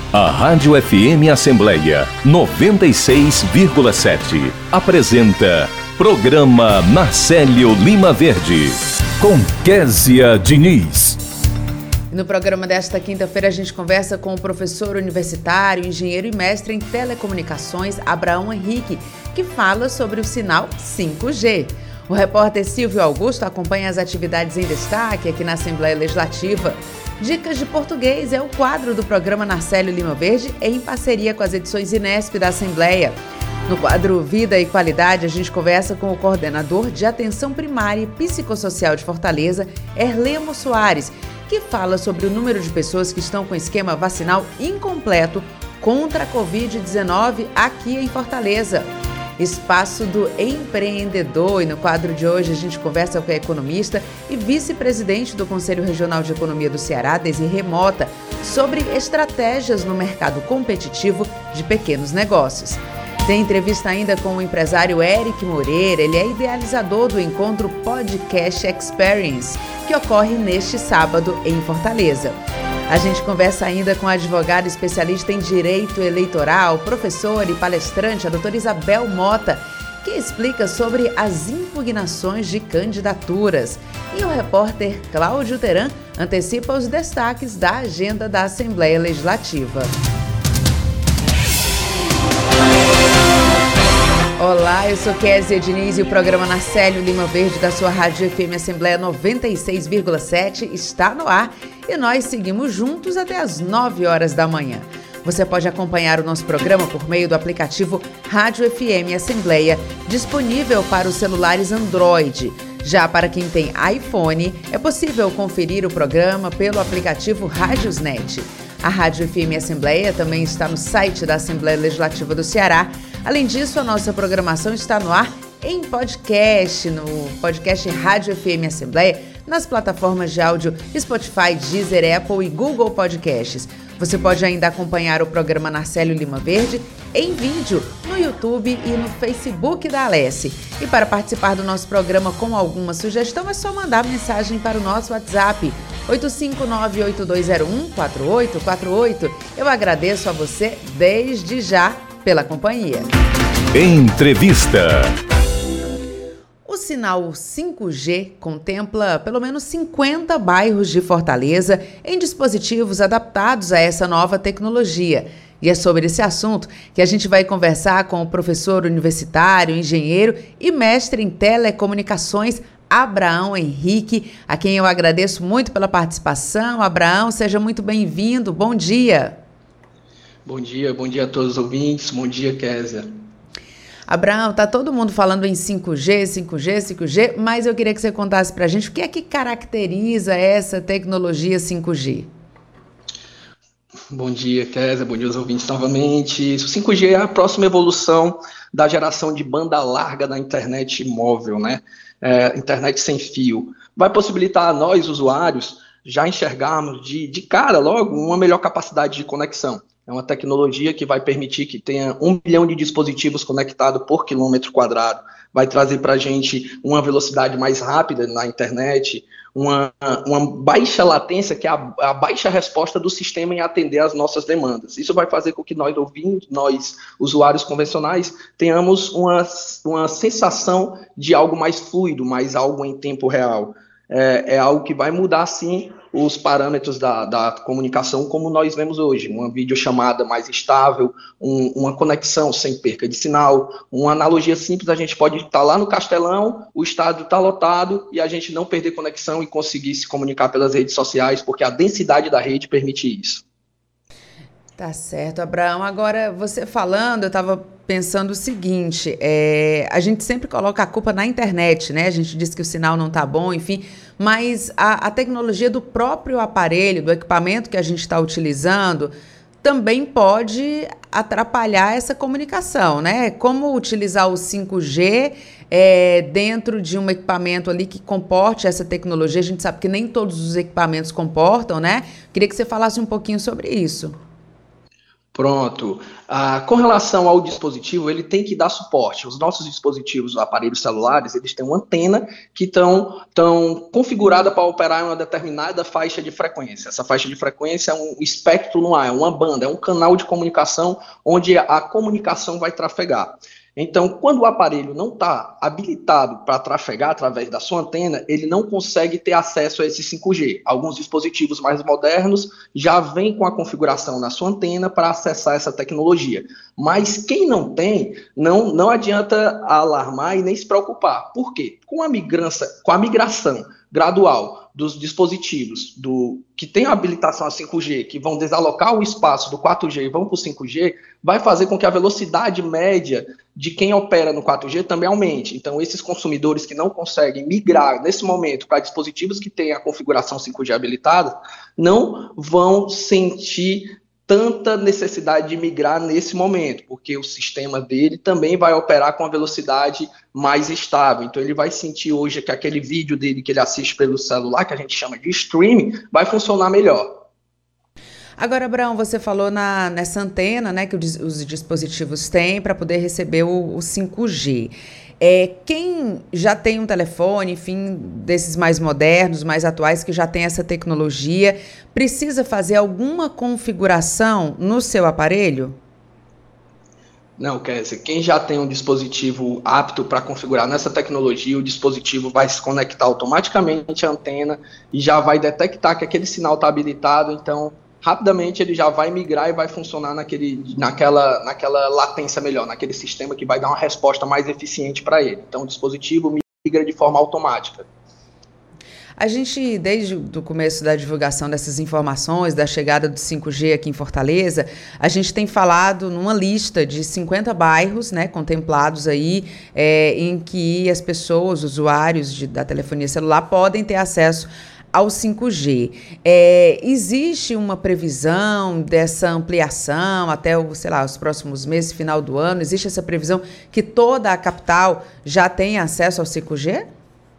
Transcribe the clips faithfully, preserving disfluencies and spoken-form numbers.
A Rádio F M Assembleia noventa e seis vírgula sete apresenta Programa Narcélio Lima Verde, com Késia Diniz. No programa desta quinta-feira a gente conversa com o professor universitário, engenheiro e mestre em telecomunicações, Abraão Henrique, que fala sobre o sinal cinco G. O repórter Silvio Augusto acompanha as atividades em destaque aqui na Assembleia Legislativa. Dicas de Português é o quadro do programa Narcélio Lima Verde em parceria com as edições Inesp da Assembleia. No quadro Vida e Qualidade, a gente conversa com o coordenador de Atenção Primária e Psicossocial de Fortaleza, Erlemo Soares, que fala sobre o número de pessoas que estão com esquema vacinal incompleto contra a covid dezenove aqui em Fortaleza. Espaço do Empreendedor, e no quadro de hoje a gente conversa com a economista e vice-presidente do Conselho Regional de Economia do Ceará, Desirê Mota, sobre estratégias no mercado competitivo de pequenos negócios. Tem entrevista ainda com o empresário Eric Moreira, ele é idealizador do encontro Podcast Experience, que ocorre neste sábado em Fortaleza. A gente conversa ainda com a advogada especialista em direito eleitoral, professora e palestrante, a doutora Isabel Mota, que explica sobre as impugnações de candidaturas. E o repórter Cláudio Teran antecipa os destaques da agenda da Assembleia Legislativa. Olá, eu sou Késia Diniz e o programa Narcélio Lima Verde da sua Rádio F M Assembleia noventa e seis vírgula sete está no ar e nós seguimos juntos até as nove horas da manhã. Você pode acompanhar o nosso programa por meio do aplicativo Rádio F M Assembleia, disponível para os celulares Android. Já para quem tem iPhone, é possível conferir o programa pelo aplicativo Rádiosnet. A Rádio F M Assembleia também está no site da Assembleia Legislativa do Ceará. Além disso, a nossa programação está no ar em podcast, no podcast Rádio F M Assembleia, nas plataformas de áudio Spotify, Deezer, Apple e Google Podcasts. Você pode ainda acompanhar o programa Narcélio Lima Verde em vídeo no YouTube e no Facebook da Alesse. E para participar do nosso programa com alguma sugestão, é só mandar mensagem para o nosso WhatsApp oito cinco nove, oito dois zero um, quatro oito quatro oito. Eu agradeço a você desde já pela companhia. Entrevista. O sinal cinco G contempla pelo menos cinquenta bairros de Fortaleza em dispositivos adaptados a essa nova tecnologia. E é sobre esse assunto que a gente vai conversar com o professor universitário, engenheiro e mestre em telecomunicações, Abraão Henrique, a quem eu agradeço muito pela participação. Abraão, seja muito bem-vindo. Bom dia. Bom dia, bom dia a todos os ouvintes. Bom dia, Késia. Abraão, tá todo mundo falando em cinco G, cinco G, cinco G, mas eu queria que você contasse pra gente o que é que caracteriza essa tecnologia cinco G. Bom dia, Késia, bom dia aos ouvintes novamente. O cinco G é a próxima evolução da geração de banda larga da internet móvel, né? É, internet sem fio. Vai possibilitar a nós, usuários, já enxergarmos de, de cara logo uma melhor capacidade de conexão. É uma tecnologia que vai permitir que tenha um milhão de dispositivos conectados por quilômetro quadrado, vai trazer para a gente uma velocidade mais rápida na internet, uma, uma baixa latência, que é a, a baixa resposta do sistema em atender às nossas demandas. Isso vai fazer com que nós ouvintes, nós usuários convencionais, tenhamos uma, uma sensação de algo mais fluido, mais algo em tempo real. É, é algo que vai mudar, sim, os parâmetros da, da comunicação como nós vemos hoje, uma videochamada mais estável, um, uma conexão sem perca de sinal, uma analogia simples, a gente pode estar lá no Castelão, o estádio está lotado e a gente não perder conexão e conseguir se comunicar pelas redes sociais, porque a densidade da rede permite isso. Tá certo, Abraão. Agora, você falando, eu estava pensando o seguinte, é, a gente sempre coloca a culpa na internet, né? A gente diz que o sinal não tá bom, enfim, mas a, a tecnologia do próprio aparelho, do equipamento que a gente está utilizando, também pode atrapalhar essa comunicação, né? Como utilizar o cinco G é, dentro de um equipamento ali que comporte essa tecnologia? A gente sabe que nem todos os equipamentos comportam, né? Queria que você falasse um pouquinho sobre isso. Pronto. Ah, com relação ao dispositivo, ele tem que dar suporte. Os nossos dispositivos, os aparelhos celulares, eles têm uma antena que estão configurada para operar em uma determinada faixa de frequência. Essa faixa de frequência é um espectro no ar, é uma banda, é um canal de comunicação onde a comunicação vai trafegar. Então, quando o aparelho não está habilitado para trafegar através da sua antena, ele não consegue ter acesso a esse cinco G. Alguns dispositivos mais modernos já vêm com a configuração na sua antena para acessar essa tecnologia. Mas quem não tem, não, não adianta alarmar e nem se preocupar. Por quê? Com a migrança, com a migração gradual dos dispositivos do, que têm habilitação a cinco G, que vão desalocar o espaço do quatro G e vão para o cinco G, vai fazer com que a velocidade média de quem opera no quatro G também aumente. Então, esses consumidores que não conseguem migrar nesse momento para dispositivos que têm a configuração cinco G habilitada, não vão sentir tanta necessidade de migrar nesse momento, porque o sistema dele também vai operar com a velocidade mais estável. Então ele vai sentir hoje que aquele vídeo dele que ele assiste pelo celular, que a gente chama de streaming, vai funcionar melhor. Agora, Abraão, você falou na, nessa antena, né, que os dispositivos têm para poder receber o, o cinco G. É, quem já tem um telefone, enfim, desses mais modernos, mais atuais, que já tem essa tecnologia, precisa fazer alguma configuração no seu aparelho? Não, quer dizer, quem já tem um dispositivo apto para configurar nessa tecnologia, o dispositivo vai se conectar automaticamente à antena e já vai detectar que aquele sinal está habilitado, então rapidamente ele já vai migrar e vai funcionar naquele, naquela, naquela latência melhor, naquele sistema que vai dar uma resposta mais eficiente para ele. Então o dispositivo migra de forma automática. A gente, desde o começo da divulgação dessas informações, da chegada do cinco G aqui em Fortaleza, a gente tem falado numa lista de cinquenta bairros, né, contemplados aí, é, em que as pessoas, usuários de, da telefonia celular, podem ter acesso ao cinco G. É, existe uma previsão dessa ampliação até, o, sei lá, os próximos meses, final do ano? Existe essa previsão que toda a capital já tenha acesso ao cinco G?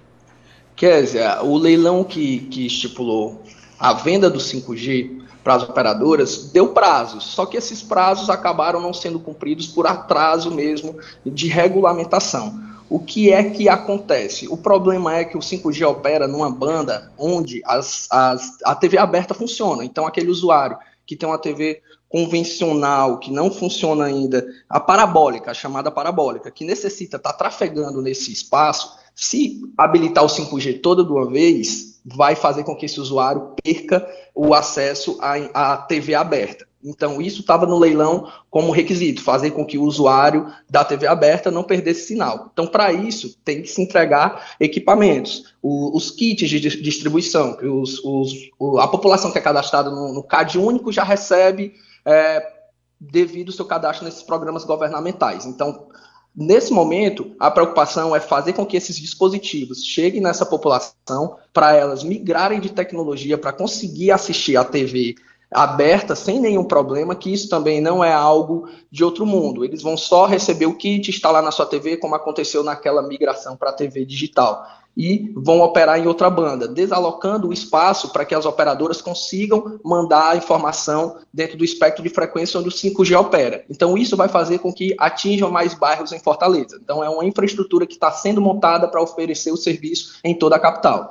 Kézia, o leilão que, que estipulou a venda do cinco G para as operadoras deu prazos, só que esses prazos acabaram não sendo cumpridos por atraso mesmo de regulamentação. O que é que acontece? O problema é que o cinco G opera numa banda onde as, as, a T V aberta funciona. Então, aquele usuário que tem uma T V convencional, que não funciona ainda, a parabólica, a chamada parabólica, que necessita estar trafegando nesse espaço, se habilitar o cinco G toda de uma vez, vai fazer com que esse usuário perca o acesso à, à T V aberta. Então, isso estava no leilão como requisito, fazer com que o usuário da T V aberta não perdesse sinal. Então, para isso, tem que se entregar equipamentos, o, os kits de distribuição, que os, os, a população que é cadastrada no, no C A D único já recebe é, devido ao seu cadastro nesses programas governamentais. Então, nesse momento, a preocupação é fazer com que esses dispositivos cheguem nessa população para elas migrarem de tecnologia para conseguir assistir a T V aberta sem nenhum problema, que isso também não é algo de outro mundo. Eles vão só receber o kit, instalar na sua T V, como aconteceu naquela migração para a T V digital, e vão operar em outra banda, desalocando o espaço para que as operadoras consigam mandar a informação dentro do espectro de frequência onde o cinco G opera. Então isso vai fazer com que atinjam mais bairros em Fortaleza. Então é uma infraestrutura que está sendo montada para oferecer o serviço em toda a capital.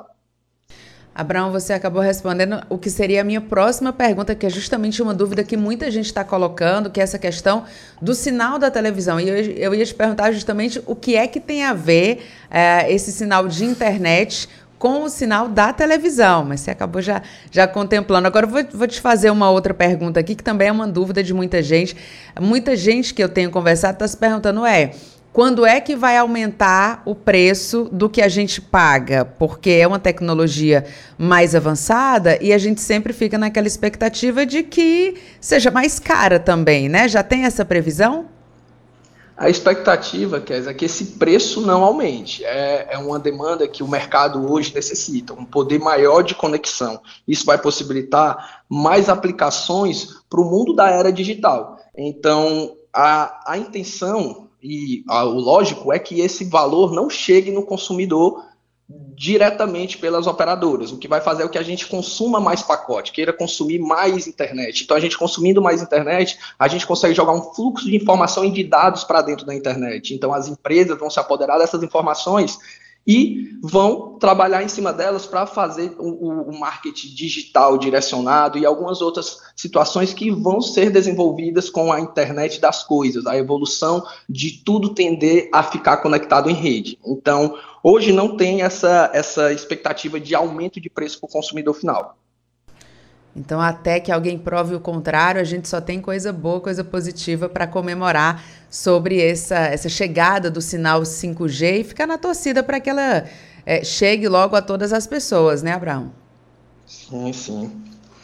Abraão, você acabou respondendo o que seria a minha próxima pergunta, que é justamente uma dúvida que muita gente está colocando, que é essa questão do sinal da televisão. E eu, eu ia te perguntar justamente o que é que tem a ver é, esse sinal de internet com o sinal da televisão, mas você acabou já, já contemplando. Agora eu vou, vou te fazer uma outra pergunta aqui, que também é uma dúvida de muita gente. Muita gente que eu tenho conversado está se perguntando, é... quando é que vai aumentar o preço do que a gente paga? Porque é uma tecnologia mais avançada e a gente sempre fica naquela expectativa de que seja mais cara também, né? Já tem essa previsão? A expectativa, Kézia, é que esse preço não aumente. É, é uma demanda que o mercado hoje necessita, um poder maior de conexão. Isso vai possibilitar mais aplicações para o mundo da era digital. Então, a, a intenção... E ah, o lógico é que esse valor não chegue no consumidor diretamente pelas operadoras, o que vai fazer é que a gente consuma mais pacote, queira consumir mais internet. Então, a gente consumindo mais internet, a gente consegue jogar um fluxo de informação e de dados para dentro da internet. Então, as empresas vão se apoderar dessas informações e vão trabalhar em cima delas para fazer o, o marketing digital direcionado e algumas outras situações que vão ser desenvolvidas com a internet das coisas, a evolução de tudo tender a ficar conectado em rede. Então, hoje não tem essa, essa expectativa de aumento de preço para o consumidor final. Então, até que alguém prove o contrário, a gente só tem coisa boa, coisa positiva para comemorar sobre essa, essa chegada do sinal cinco G e ficar na torcida para que ela é, chegue logo a todas as pessoas, né, Abraão? Sim, sim.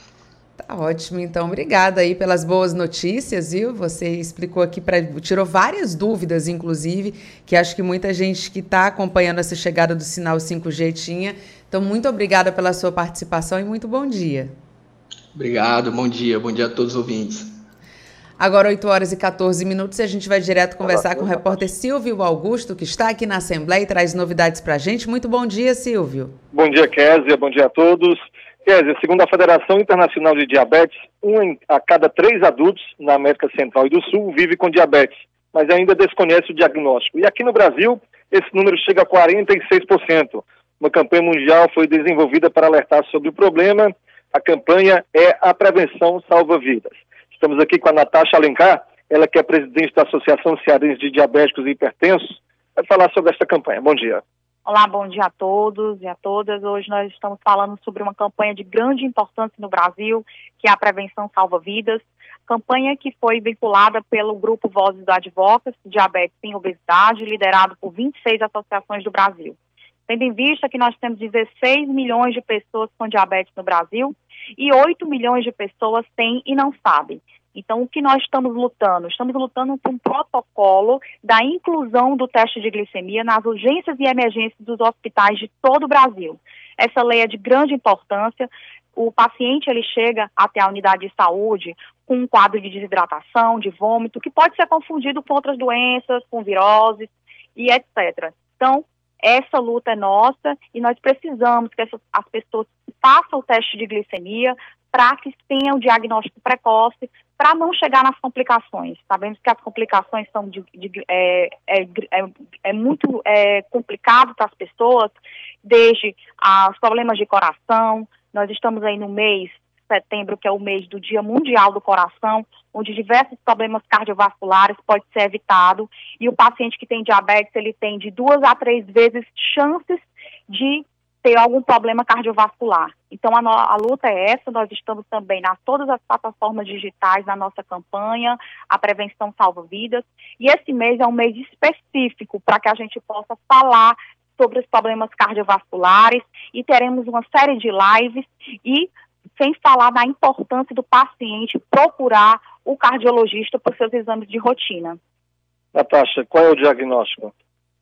Tá ótimo, então. Obrigada aí pelas boas notícias, viu? Você explicou aqui, pra, tirou várias dúvidas, inclusive, que acho que muita gente que está acompanhando essa chegada do sinal cinco G tinha. Então, muito obrigada pela sua participação e muito bom dia. Obrigado, bom dia, bom dia a todos os ouvintes. Agora, oito horas e quatorze minutos, e a gente vai direto conversar com o repórter Silvio Augusto, que está aqui na Assembleia e traz novidades para a gente. Muito bom dia, Silvio. Bom dia, Kézia, bom dia a todos. Kézia, segundo a Federação Internacional de Diabetes, um a cada três adultos na América Central e do Sul vive com diabetes, mas ainda desconhece o diagnóstico. E aqui no Brasil, esse número chega a quarenta e seis por cento. Uma campanha mundial foi desenvolvida para alertar sobre o problema. A campanha é A Prevenção Salva Vidas. Estamos aqui com a Natasha Alencar, ela que é presidente da Associação Cearense de Diabéticos e Hipertensos, vai falar sobre essa campanha. Bom dia. Olá, bom dia a todos e a todas. Hoje nós estamos falando sobre uma campanha de grande importância no Brasil, que é a Prevenção Salva Vidas. Campanha que foi vinculada pelo Grupo Vozes do Advocacy, Diabetes e Obesidade, liderado por vinte e seis associações do Brasil. Tendo em vista que nós temos dezesseis milhões de pessoas com diabetes no Brasil e oito milhões de pessoas têm e não sabem. Então, o que nós estamos lutando? Estamos lutando por um protocolo da inclusão do teste de glicemia nas urgências e emergências dos hospitais de todo o Brasil. Essa lei é de grande importância. O paciente ele chega até a unidade de saúde com um quadro de desidratação, de vômito, que pode ser confundido com outras doenças, com viroses e etcétera. Então, essa luta é nossa e nós precisamos que essas, as pessoas façam o teste de glicemia para que tenham o diagnóstico precoce, para não chegar nas complicações. Sabemos que as complicações são de, de, é, é, é, é muito é, complicado para as pessoas, desde ah, os problemas de coração. Nós estamos aí no mês setembro, que é o mês do Dia Mundial do Coração, onde diversos problemas cardiovasculares podem ser evitados, e o paciente que tem diabetes, ele tem de duas a três vezes chances de ter algum problema cardiovascular. Então, a, no, a luta é essa. Nós estamos também nas todas as plataformas digitais da nossa campanha, a Prevenção Salva Vidas, e esse mês é um mês específico para que a gente possa falar sobre os problemas cardiovasculares, e teremos uma série de lives, e sem falar da importância do paciente procurar o cardiologista por seus exames de rotina. Natasha, qual é o diagnóstico?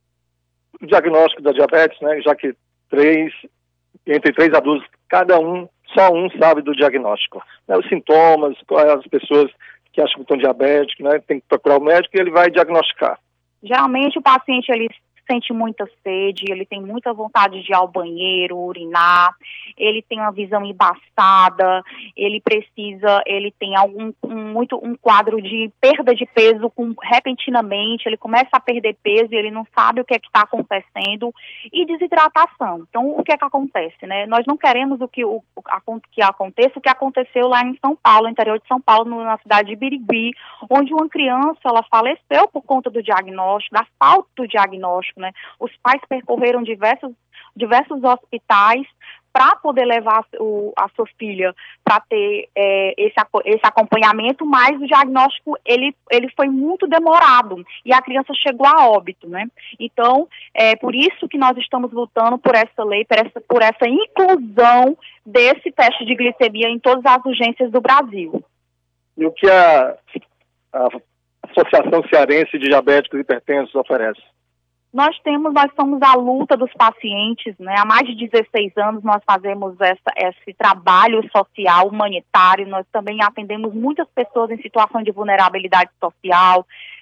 O diagnóstico da diabetes, né, já que três, entre três adultos, cada um, só um sabe do diagnóstico. Né, os sintomas, as pessoas que acham que estão diabéticos, né, tem que procurar o médico e ele vai diagnosticar. Geralmente o paciente, ele sente muita sede, ele tem muita vontade de ir ao banheiro, urinar, ele tem uma visão embaçada, ele precisa, ele tem algum, um, muito, um quadro de perda de peso com, repentinamente, ele começa a perder peso e ele não sabe o que é que está acontecendo, e desidratação. Então, o que é que acontece, né? Nós não queremos o que, o, o, que aconteça o que aconteceu lá em São Paulo, no interior de São Paulo, no, na cidade de Birigui, onde uma criança, ela faleceu por conta do diagnóstico, da falta do diagnóstico. Né? Os pais percorreram diversos, diversos hospitais para poder levar o, a sua filha para ter é, esse, esse acompanhamento, mas o diagnóstico ele, ele foi muito demorado e a criança chegou a óbito, né? Então, é por isso que nós estamos lutando por essa lei, por essa, por essa inclusão desse teste de glicemia em todas as urgências do Brasil. E o que a, a Associação Cearense de Diabéticos e Hipertensos oferece? Nós temos, nós somos a luta dos pacientes, né? Há mais de dezesseis anos nós fazemos essa, esse trabalho social, humanitário. Nós também atendemos muitas pessoas em situação de vulnerabilidade social.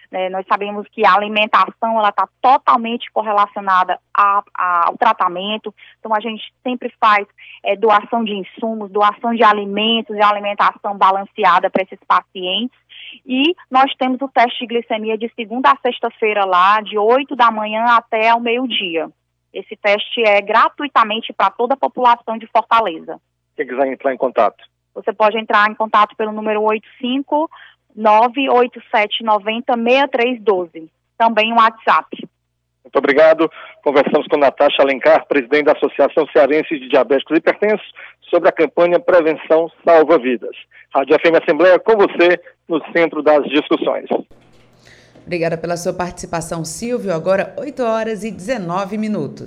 É, nós sabemos que a alimentação ela está totalmente correlacionada a, a, ao tratamento, então a gente sempre faz é, doação de insumos, doação de alimentos e alimentação balanceada para esses pacientes. E nós temos o teste de glicemia de segunda a sexta-feira lá, de oito da manhã até ao meio-dia. Esse teste é gratuitamente para toda a população de Fortaleza. Quem quiser entrar em contato? Você pode entrar em contato pelo número oito cinco nove oito sete nove zero seis três um dois. Também um WhatsApp. Muito obrigado. Conversamos com Natasha Alencar, presidente da Associação Cearense de Diabéticos e Hipertensos, sobre a campanha Prevenção Salva Vidas. Rádio F M Assembleia com você no centro das discussões. Obrigada pela sua participação, Silvio. Agora, oito horas e dezenove minutos.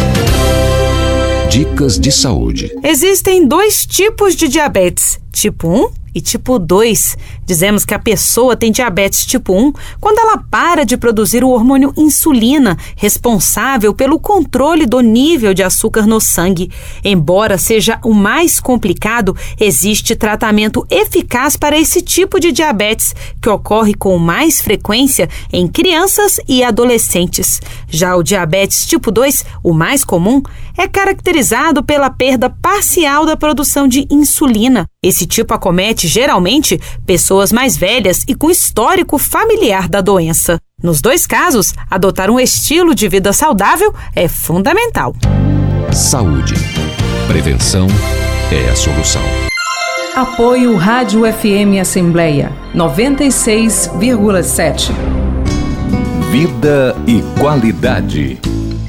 Dicas de saúde. Existem dois tipos de diabetes, tipo um e tipo dois. Dizemos que a pessoa tem diabetes tipo um quando ela para de produzir o hormônio insulina, responsável pelo controle do nível de açúcar no sangue. Embora seja o mais complicado, existe tratamento eficaz para esse tipo de diabetes, que ocorre com mais frequência em crianças e adolescentes. Já o diabetes tipo dois, o mais comum, é caracterizado pela perda parcial da produção de insulina. Esse tipo acomete, geralmente, pessoas mais velhas e com histórico familiar da doença. Nos dois casos, adotar um estilo de vida saudável é fundamental. Saúde. Prevenção é a solução. Apoio Rádio F M Assembleia noventa e seis vírgula sete. Vida e qualidade.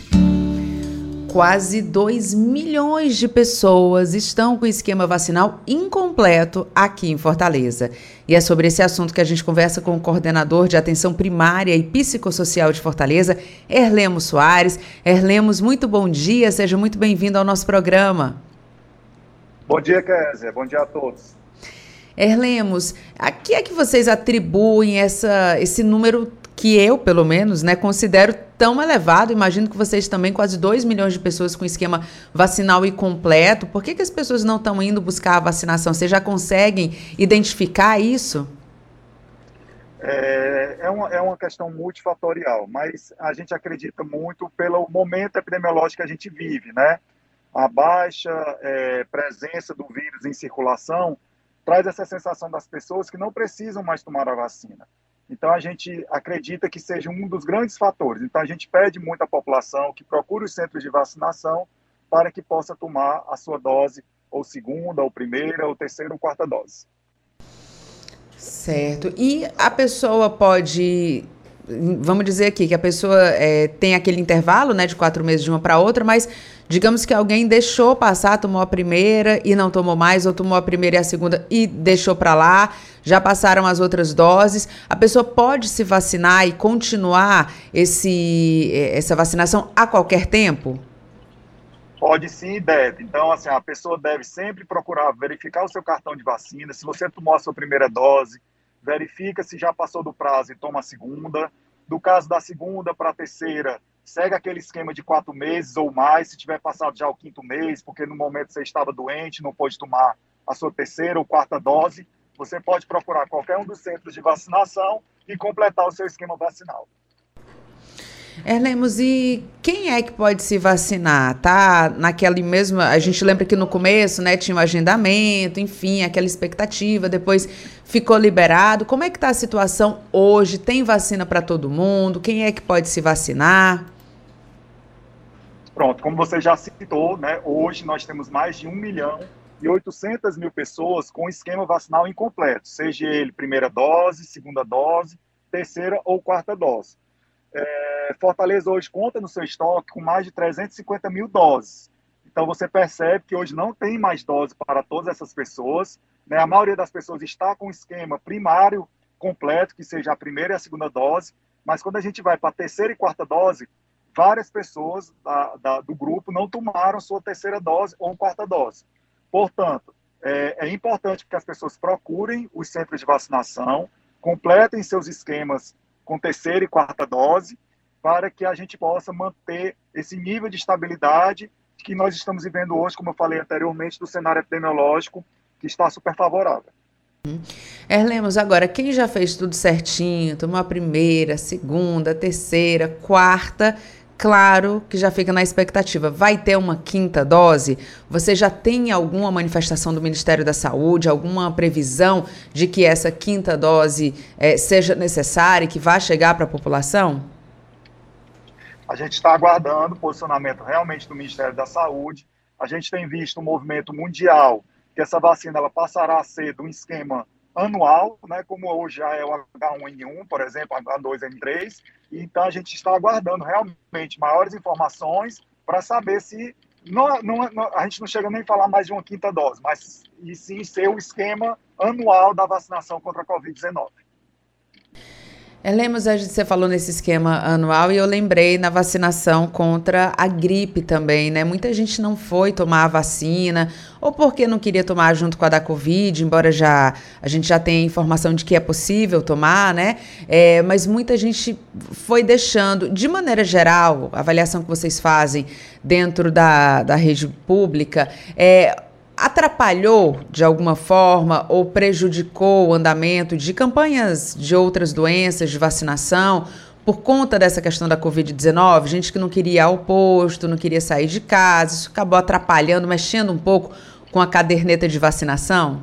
Quase dois milhões de pessoas estão com o esquema vacinal incompleto aqui em Fortaleza. E é sobre esse assunto que a gente conversa com o coordenador de atenção primária e psicossocial de Fortaleza, Erlemos Soares. Erlemos, muito bom dia, seja muito bem-vindo ao nosso programa. Bom dia, Kézia, bom dia a todos. Erlemos, a que é que vocês atribuem essa, esse número que eu, pelo menos, né, considero tão elevado? Imagino que vocês também, quase dois milhões de pessoas com esquema vacinal incompleto. Por que que as pessoas não estão indo buscar a vacinação? Vocês já conseguem identificar isso? É, é, uma, é uma questão multifatorial, mas a gente acredita muito pelo momento epidemiológico que a gente vive, né? A baixa é, presença do vírus em circulação traz essa sensação das pessoas que não precisam mais tomar a vacina. Então, a gente acredita que seja um dos grandes fatores. Então, a gente pede muito à população que procure os centros de vacinação para que possa tomar a sua dose, ou segunda, ou primeira, ou terceira, ou quarta dose. Certo. E a pessoa pode... Vamos dizer aqui que a pessoa é, tem aquele intervalo, né, de quatro meses de uma para outra, mas digamos que alguém deixou passar, tomou a primeira e não tomou mais, ou tomou a primeira e a segunda e deixou para lá, já passaram as outras doses. A pessoa pode se vacinar e continuar esse, essa vacinação a qualquer tempo? Pode sim e deve. Então, assim, a pessoa deve sempre procurar verificar o seu cartão de vacina. Se você tomou a sua primeira dose, verifica se já passou do prazo e toma a segunda. Do caso da segunda para a terceira, segue aquele esquema de quatro meses ou mais, se tiver passado já o quinto mês, porque no momento você estava doente, não pôde tomar a sua terceira ou quarta dose, você pode procurar qualquer um dos centros de vacinação e completar o seu esquema vacinal. Erlemos, e quem é que pode se vacinar? Tá naquela mesma... A gente lembra que no começo, né, tinha um agendamento, enfim, aquela expectativa, depois ficou liberado. Como é que está a situação hoje? Tem vacina para todo mundo? Quem é que pode se vacinar? Pronto, como você já citou, né, hoje nós temos mais de um milhão e oitocentas mil pessoas com esquema vacinal incompleto, seja ele primeira dose, segunda dose, terceira ou quarta dose. É, Fortaleza hoje conta no seu estoque com mais de trezentas e cinquenta mil doses. Então você percebe que hoje não tem mais dose para todas essas pessoas, né? A maioria das pessoas está com o esquema primário completo, que seja a primeira e a segunda dose, mas quando a gente vai para a terceira e quarta dose, várias pessoas da, da, do grupo não tomaram sua terceira dose ou quarta dose. Portanto, é, é importante que as pessoas procurem os centros de vacinação, completem seus esquemas com terceira e quarta dose, para que a gente possa manter esse nível de estabilidade que nós estamos vivendo hoje, como eu falei anteriormente, do cenário epidemiológico, que está super favorável. Erlemos, agora, quem já fez tudo certinho, tomou a primeira, segunda, terceira, quarta, claro que já fica na expectativa. Vai ter uma quinta dose? Você já tem alguma manifestação do Ministério da Saúde, alguma previsão de que essa quinta dose eh, seja necessária e que vá chegar para a população? A gente está aguardando o posicionamento realmente do Ministério da Saúde. A gente tem visto um movimento mundial que essa vacina ela passará a ser de um esquema anual, né, como hoje já é o H um N um, por exemplo, H dois N três, e então a gente está aguardando realmente maiores informações para saber se, não, não, não, a gente não chega nem a falar mais de uma quinta dose, mas e sim ser o esquema anual da vacinação contra a covid dezenove. Erlemos, você falou nesse esquema anual e eu lembrei na vacinação contra a gripe também, né? Muita gente não foi tomar a vacina, ou porque não queria tomar junto com a da Covid, embora já a gente já tenha informação de que é possível tomar, né? É, mas muita gente foi deixando. De maneira geral, a avaliação que vocês fazem dentro da, da rede pública, é... atrapalhou de alguma forma ou prejudicou o andamento de campanhas de outras doenças de vacinação por conta dessa questão da covid dezenove? Gente que não queria ir ao posto, não queria sair de casa, isso acabou atrapalhando, mexendo um pouco com a caderneta de vacinação?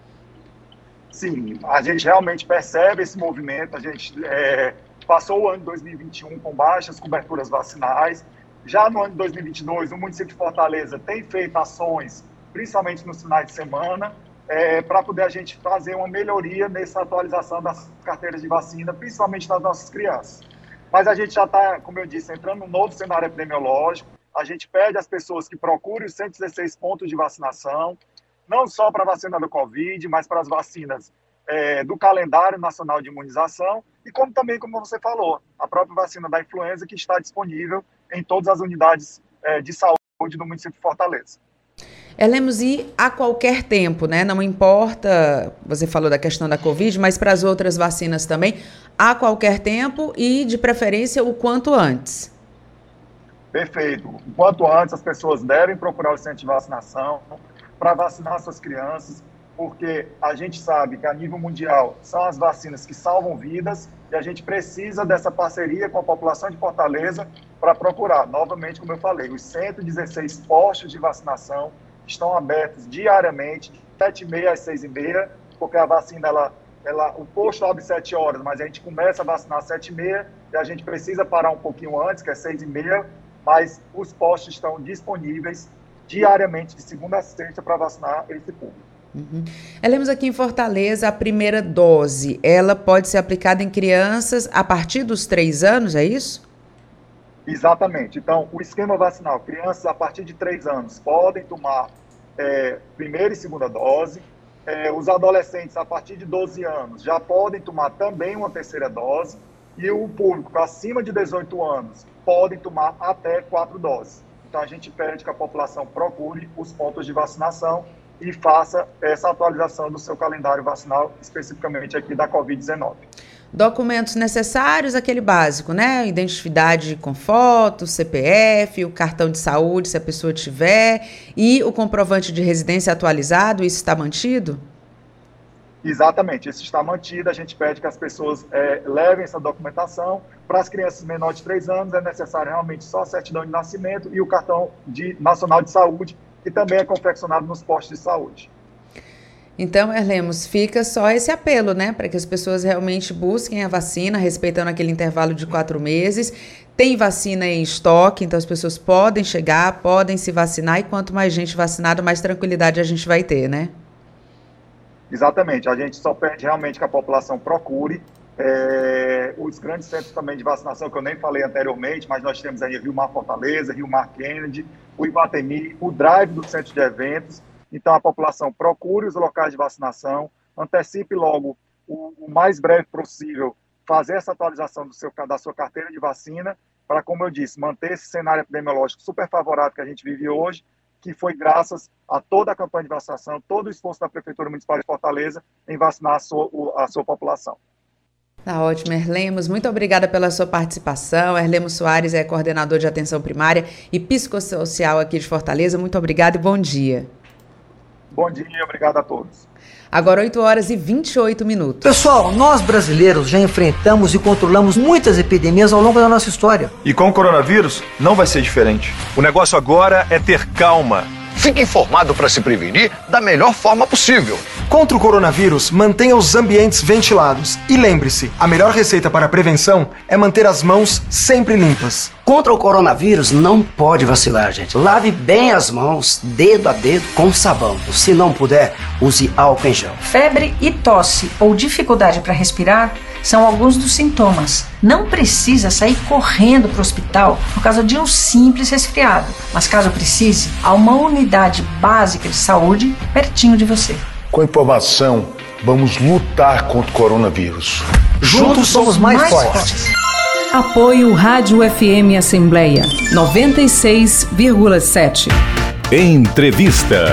Sim, a gente realmente percebe esse movimento. A gente é, passou o ano de dois mil e vinte e um com baixas coberturas vacinais. Já no ano de dois mil e vinte e dois, o município de Fortaleza tem feito ações, principalmente nos finais de semana, é, para poder a gente fazer uma melhoria nessa atualização das carteiras de vacina, principalmente das nossas crianças. Mas a gente já está, como eu disse, entrando num novo cenário epidemiológico. A gente pede às pessoas que procurem os cento e dezesseis pontos de vacinação, não só para a vacina do Covid, mas para as vacinas é, do calendário nacional de imunização e como também, como você falou, a própria vacina da influenza que está disponível em todas as unidades é, de saúde do município de Fortaleza. Erlemos, e a qualquer tempo, né? Não importa, você falou da questão da Covid, mas para as outras vacinas também, a qualquer tempo e, de preferência, o quanto antes. Perfeito. O quanto antes as pessoas devem procurar o centro de vacinação para vacinar suas crianças, porque a gente sabe que a nível mundial são as vacinas que salvam vidas e a gente precisa dessa parceria com a população de Fortaleza para procurar, novamente, como eu falei, os cento e dezesseis postos de vacinação estão abertos diariamente, de sete e meia às seis e meia, porque a vacina, ela, ela, o posto abre sete horas, mas a gente começa a vacinar às sete e meia e a gente precisa parar um pouquinho antes, que é seis e meia, mas os postos estão disponíveis diariamente, de segunda a sexta, para vacinar esse público. Uhum. Erlemos, aqui em Fortaleza, a primeira dose, ela pode ser aplicada em crianças a partir dos três anos, é isso? Exatamente. Então, o esquema vacinal, crianças a partir de três anos podem tomar é, primeira e segunda dose. É, os adolescentes a partir de doze anos já podem tomar também uma terceira dose. E o público acima de dezoito anos podem tomar até quatro doses. Então, a gente pede que a população procure os pontos de vacinação e faça essa atualização do seu calendário vacinal, especificamente aqui da covid dezenove. Documentos necessários, aquele básico, né? Identidade com foto, C P F, o cartão de saúde, se a pessoa tiver, e o comprovante de residência atualizado, isso está mantido? Exatamente, isso está mantido. A gente pede que as pessoas é, levem essa documentação. Para as crianças menores de três anos, é necessário realmente só a certidão de nascimento e o cartão de, nacional de saúde, que também é confeccionado nos postos de saúde. Então, Erlemos, fica só esse apelo, né, para que as pessoas realmente busquem a vacina, respeitando aquele intervalo de quatro meses. Tem vacina em estoque, então as pessoas podem chegar, podem se vacinar, e quanto mais gente vacinada, mais tranquilidade a gente vai ter, né? Exatamente, a gente só pede realmente que a população procure é, os grandes centros também de vacinação, que eu nem falei anteriormente, mas nós temos aí Rio Mar Fortaleza, Rio Mar Kennedy, o Iguatemi, o drive do centro de eventos. Então, a população procure os locais de vacinação, antecipe logo, o, o mais breve possível, fazer essa atualização do seu, da sua carteira de vacina, para, como eu disse, manter esse cenário epidemiológico super favorável que a gente vive hoje, que foi graças a toda a campanha de vacinação, todo o esforço da Prefeitura Municipal de Fortaleza em vacinar a sua, a sua população. Tá ótimo, Erlemos. Muito obrigada pela sua participação. Erlemos Soares é coordenador de atenção primária e psicossocial aqui de Fortaleza. Muito obrigada e bom dia. Bom dia e obrigado a todos. Agora oito horas e vinte e oito minutos. Pessoal, nós brasileiros já enfrentamos e controlamos muitas epidemias ao longo da nossa história. E com o coronavírus não vai ser diferente. O negócio agora é ter calma. Fique informado para se prevenir da melhor forma possível. Contra o coronavírus, mantenha os ambientes ventilados. E lembre-se, a melhor receita para a prevenção é manter as mãos sempre limpas. Contra o coronavírus, não pode vacilar, gente. Lave bem as mãos, dedo a dedo, com sabão. Se não puder, use álcool em gel. Febre e tosse ou dificuldade para respirar são alguns dos sintomas. Não precisa sair correndo para o hospital por causa de um simples resfriado. Mas caso precise, há uma unidade básica de saúde pertinho de você. Com informação, vamos lutar contra o coronavírus. Juntos somos mais, mais fortes. fortes. Apoio Rádio F M Assembleia noventa e seis vírgula sete. Entrevista.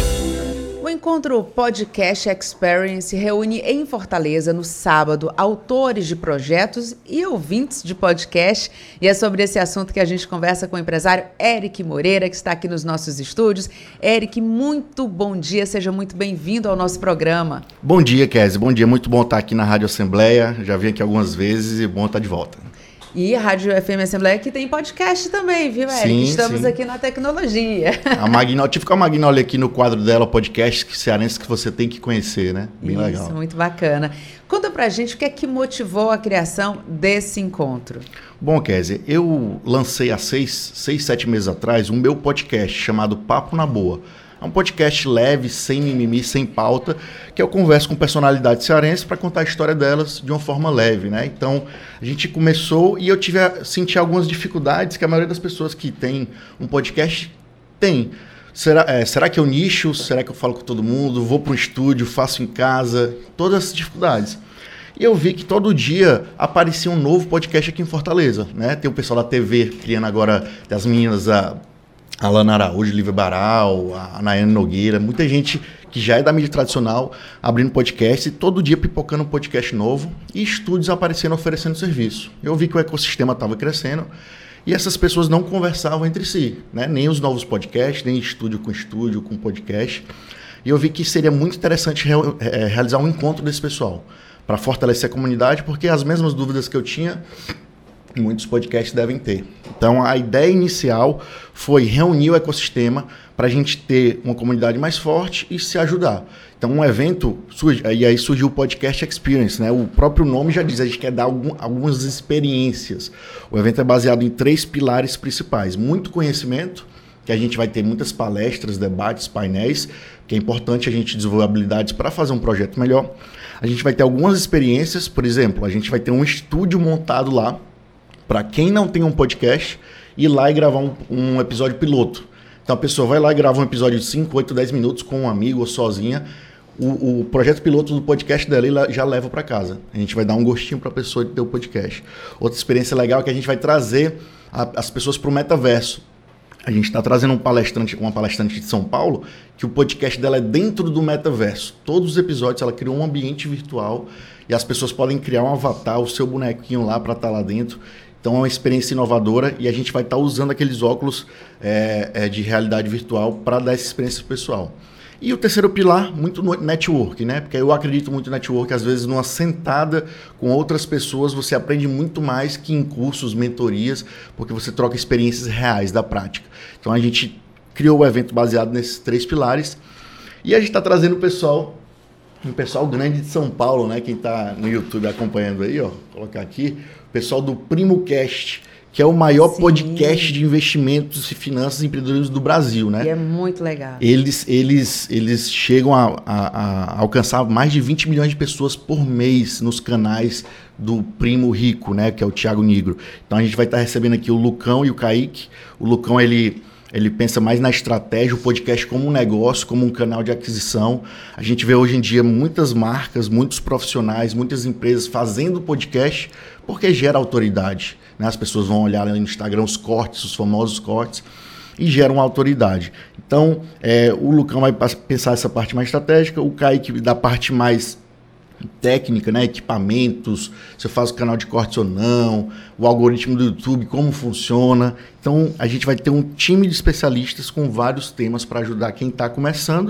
O encontro Podcast Experience reúne em Fortaleza, no sábado, autores de projetos e ouvintes de podcast. E é sobre esse assunto que a gente conversa com o empresário Eric Moreira, que está aqui nos nossos estúdios. Eric, muito bom dia, seja muito bem-vindo ao nosso programa. Bom dia, Kézia, bom dia, muito bom estar aqui na Rádio Assembleia. Já vim aqui algumas vezes e bom estar de volta. E a Rádio F M Assembleia que tem podcast também, viu, Eric? Sim, Estamos sim. aqui na tecnologia. A Magnol, tive com a Magnoli aqui no quadro dela, podcast cearense que você tem que conhecer, né? Bem Isso, legal. Isso, muito bacana. Conta pra gente o que é que motivou a criação desse encontro. Bom, Kézia, eu lancei há seis, seis, sete meses atrás um meu podcast chamado Papo na Boa. É um podcast leve, sem mimimi, sem pauta, que eu converso com personalidades cearenses para contar a história delas de uma forma leve, né? Então, a gente começou e eu tive a sentir algumas dificuldades que a maioria das pessoas que tem um podcast tem. Será, é, será que eu nicho? Será que eu falo com todo mundo? Vou para um estúdio, faço em casa? Todas essas dificuldades. E eu vi que todo dia aparecia um novo podcast aqui em Fortaleza, né? Tem o pessoal da T V criando agora, tem as meninas... A, a Lana Araújo, Lívia Baral, a Nayane Nogueira, muita gente que já é da mídia tradicional abrindo podcast e todo dia pipocando um podcast novo e estúdios aparecendo oferecendo serviço. Eu vi que o ecossistema estava crescendo e essas pessoas não conversavam entre si, né? Nem os novos podcasts, nem estúdio com estúdio, com podcast. E eu vi que seria muito interessante re- é, realizar um encontro desse pessoal para fortalecer a comunidade, porque as mesmas dúvidas que eu tinha... muitos podcasts devem ter. Então, a ideia inicial foi reunir o ecossistema para a gente ter uma comunidade mais forte e se ajudar. Então, um evento, surge, e aí surgiu o Podcast Experience, né? O próprio nome já diz, a gente quer dar algum, algumas experiências. O evento é baseado em três pilares principais. Muito conhecimento, que a gente vai ter muitas palestras, debates, painéis, que é importante a gente desenvolver habilidades para fazer um projeto melhor. A gente vai ter algumas experiências, por exemplo, a gente vai ter um estúdio montado lá, para quem não tem um podcast, ir lá e gravar um, um episódio piloto. Então a pessoa vai lá e grava um episódio de cinco, oito, dez minutos com um amigo ou sozinha. O, o projeto piloto do podcast dela já leva para casa. A gente vai dar um gostinho para a pessoa de ter o podcast. Outra experiência legal é que a gente vai trazer a, as pessoas para o metaverso. A gente está trazendo um palestrante, uma palestrante de São Paulo, que o podcast dela é dentro do metaverso. Todos os episódios ela criou um ambiente virtual e as pessoas podem criar um avatar, o seu bonequinho lá para estar lá dentro. Então é uma experiência inovadora e a gente vai estar usando aqueles óculos é, é, de realidade virtual para dar essa experiência pessoal. E o terceiro pilar, muito network, né? Porque eu acredito muito em network, às vezes numa sentada com outras pessoas você aprende muito mais que em cursos, mentorias, porque você troca experiências reais da prática. Então a gente criou o evento baseado nesses três pilares e a gente está trazendo o pessoal, um pessoal grande de São Paulo, né? Quem está no YouTube acompanhando aí, ó, vou colocar aqui, o pessoal do PrimoCast, que é o maior Sim. podcast de investimentos e finanças e empreendedorismo do Brasil, né? E é muito legal. Eles, eles, eles chegam a, a, a alcançar mais de vinte milhões de pessoas por mês nos canais do Primo Rico, né? Que é o Thiago Nigro. Então a gente vai estar recebendo aqui o Lucão e o Kaique. O Lucão, ele... Ele pensa mais na estratégia, o podcast como um negócio, como um canal de aquisição. A gente vê hoje em dia muitas marcas, muitos profissionais, muitas empresas fazendo podcast porque gera autoridade, né? As pessoas vão olhar no Instagram os cortes, os famosos cortes, e geram autoridade. Então, é, o Lucão vai pensar essa parte mais estratégica, o Kaique da parte mais técnica, né? Equipamentos, se eu faço canal de cortes ou não, o algoritmo do YouTube, como funciona. Então, a gente vai ter um time de especialistas com vários temas para ajudar quem está começando,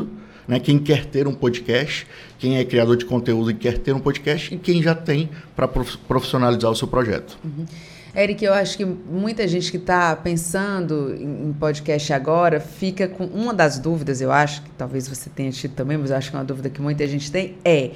né? Quem quer ter um podcast, quem é criador de conteúdo e quer ter um podcast, e quem já tem para profissionalizar o seu projeto. Uhum. Eric, eu acho que muita gente que está pensando em podcast agora fica com uma das dúvidas, eu acho, que talvez você tenha tido também, mas eu acho que é uma dúvida que muita gente tem, é,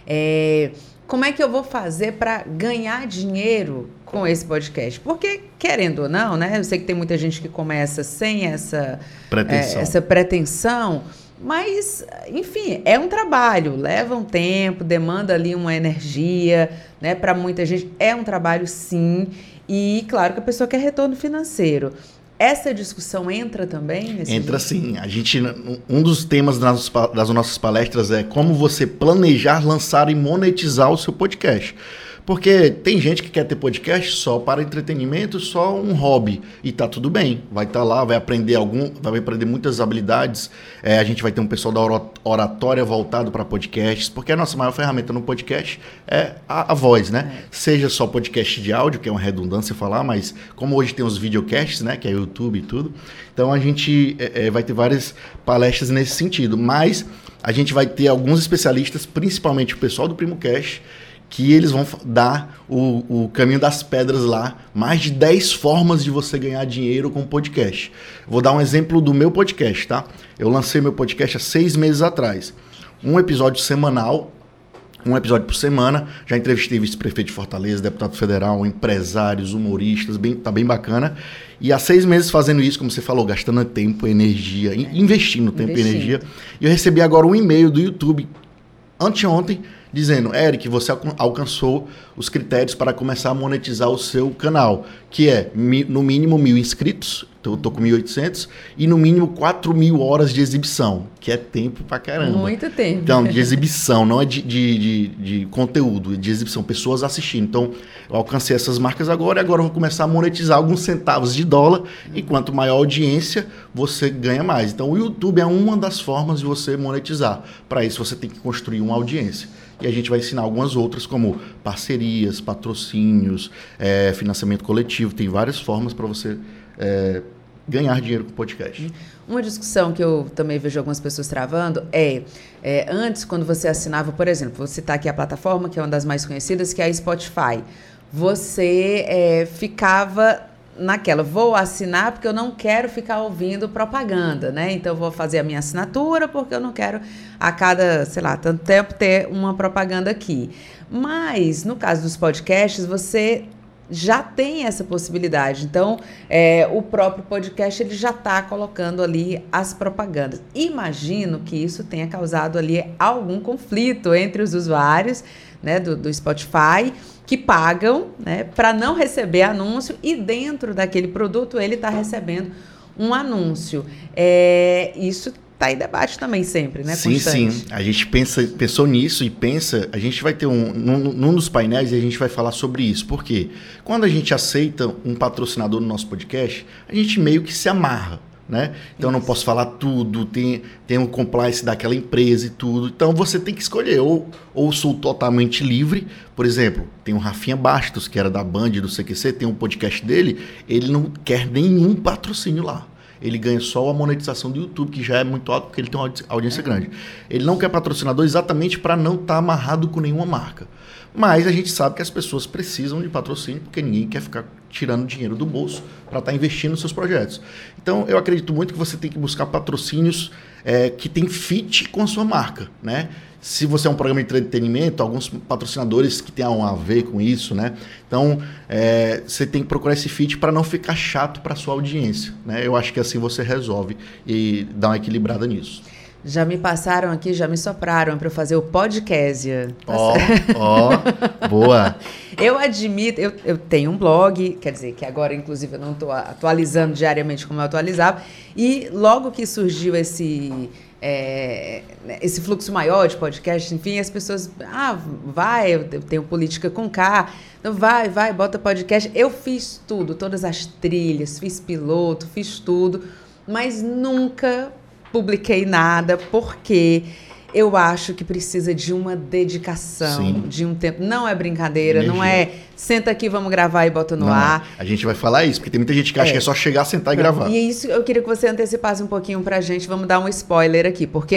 é como é que eu vou fazer para ganhar dinheiro com esse podcast? Porque, querendo ou não, né, eu sei que tem muita gente que começa sem essa pretensão, é, essa pretensão, mas, enfim, é um trabalho, leva um tempo, demanda ali uma energia, né, para muita gente é um trabalho, sim. E claro que a pessoa quer retorno financeiro. Essa discussão entra também? Nesse entra dia? Sim. A gente, um dos temas das, das nossas palestras é como você planejar, lançar e monetizar o seu podcast. Porque tem gente que quer ter podcast só para entretenimento, só um hobby. E tá tudo bem. Vai estar tá lá, vai aprender algum, vai aprender muitas habilidades. É, a gente vai ter um pessoal da oratória voltado para podcasts, porque a nossa maior ferramenta no podcast é a, a voz, né? É. Seja só podcast de áudio, que é uma redundância falar, mas como hoje tem os videocasts, né? Que é YouTube e tudo. Então a gente é, vai ter várias palestras nesse sentido. Mas a gente vai ter alguns especialistas, principalmente o pessoal do PrimoCast, que eles vão dar o, o caminho das pedras lá, mais de dez formas de você ganhar dinheiro com podcast. Vou dar um exemplo do meu podcast, tá? Eu lancei meu podcast há seis meses atrás. Um episódio semanal, um episódio por semana. Já entrevistei vice-prefeito de Fortaleza, deputado federal, empresários, humoristas, bem, tá bem bacana. E há seis meses fazendo isso, como você falou, gastando tempo, energia, é. investindo tempo investindo. e energia. E eu recebi agora um e-mail do YouTube, anteontem, dizendo, Eric, você alcançou os critérios para começar a monetizar o seu canal, que é no mínimo mil inscritos, então eu tô com mil e oitocentos, e no mínimo quatro mil horas de exibição, que é tempo pra caramba. Muito tempo. Então, de exibição, não é de, de, de, de conteúdo, é de exibição, pessoas assistindo. Então, eu alcancei essas marcas agora, e agora eu vou começar a monetizar alguns centavos de dólar, e quanto maior a audiência, você ganha mais. Então, o YouTube é uma das formas de você monetizar. Para isso, você tem que construir uma audiência. E a gente vai ensinar algumas outras, como parcerias, patrocínios, é, financiamento coletivo. Tem várias formas para você é, ganhar dinheiro com podcast. Uma discussão que eu também vejo algumas pessoas travando é, é, antes, quando você assinava, por exemplo, vou citar aqui a plataforma, que é uma das mais conhecidas, que é a Spotify. Você é, ficava naquela, vou assinar porque eu não quero ficar ouvindo propaganda, né? Então eu vou fazer a minha assinatura porque eu não quero a cada, sei lá, tanto tempo ter uma propaganda aqui. Mas no caso dos podcasts, você já tem essa possibilidade. Então, é, o próprio podcast ele já está colocando ali as propagandas. Imagino que isso tenha causado ali algum conflito entre os usuários, né, do, do Spotify, que pagam, né, para não receber anúncio, e dentro daquele produto ele está recebendo um anúncio. É, isso está em debate também sempre, né? Sim, constante. Sim. A gente pensa, pensou nisso e pensa, a gente vai ter um, num, num dos painéis a gente vai falar sobre isso. Por quê? Quando a gente aceita um patrocinador no nosso podcast, a gente meio que se amarra, né? Então, eu não posso falar tudo, tem, tem um compliance daquela empresa e tudo. Então, você tem que escolher. Ou, ou sou totalmente livre. Por exemplo, tem o Rafinha Bastos, que era da Band, do C Q C, tem um podcast dele, ele não quer nenhum patrocínio lá. Ele ganha só a monetização do YouTube, que já é muito alto, porque ele tem uma audiência grande. Ele não quer patrocinador exatamente para não estar tá amarrado com nenhuma marca. Mas a gente sabe que as pessoas precisam de patrocínio, porque ninguém quer ficar tirando dinheiro do bolso para estar tá investindo nos seus projetos. Então, eu acredito muito que você tem que buscar patrocínios é, que tem fit com a sua marca, né? Se você é um programa de entretenimento, alguns patrocinadores que tenham a ver com isso, né? Então, é, você tem que procurar esse fit para não ficar chato para a sua audiência, né? Eu acho que assim você resolve e dá uma equilibrada nisso. Já me passaram aqui, já me sopraram para eu fazer o Podcastia. Ó, ó, boa. Eu admito, eu, eu tenho um blog, quer dizer, que agora, inclusive, eu não estou atualizando diariamente como eu atualizava, e logo que surgiu esse... É, esse fluxo maior de podcast, enfim, as pessoas, ah, vai, eu tenho política com K, então vai, vai, bota podcast. Eu fiz tudo, todas as trilhas, fiz piloto, fiz tudo, mas nunca publiquei nada, porque eu acho que precisa de uma dedicação, Sim. de um tempo. Não é brincadeira, Energia. Não é senta aqui, vamos gravar e bota no não, ar. A gente vai falar isso, porque tem muita gente que acha é. que é só chegar, sentar e gravar. E isso eu queria que você antecipasse um pouquinho pra gente, vamos dar um spoiler aqui, porque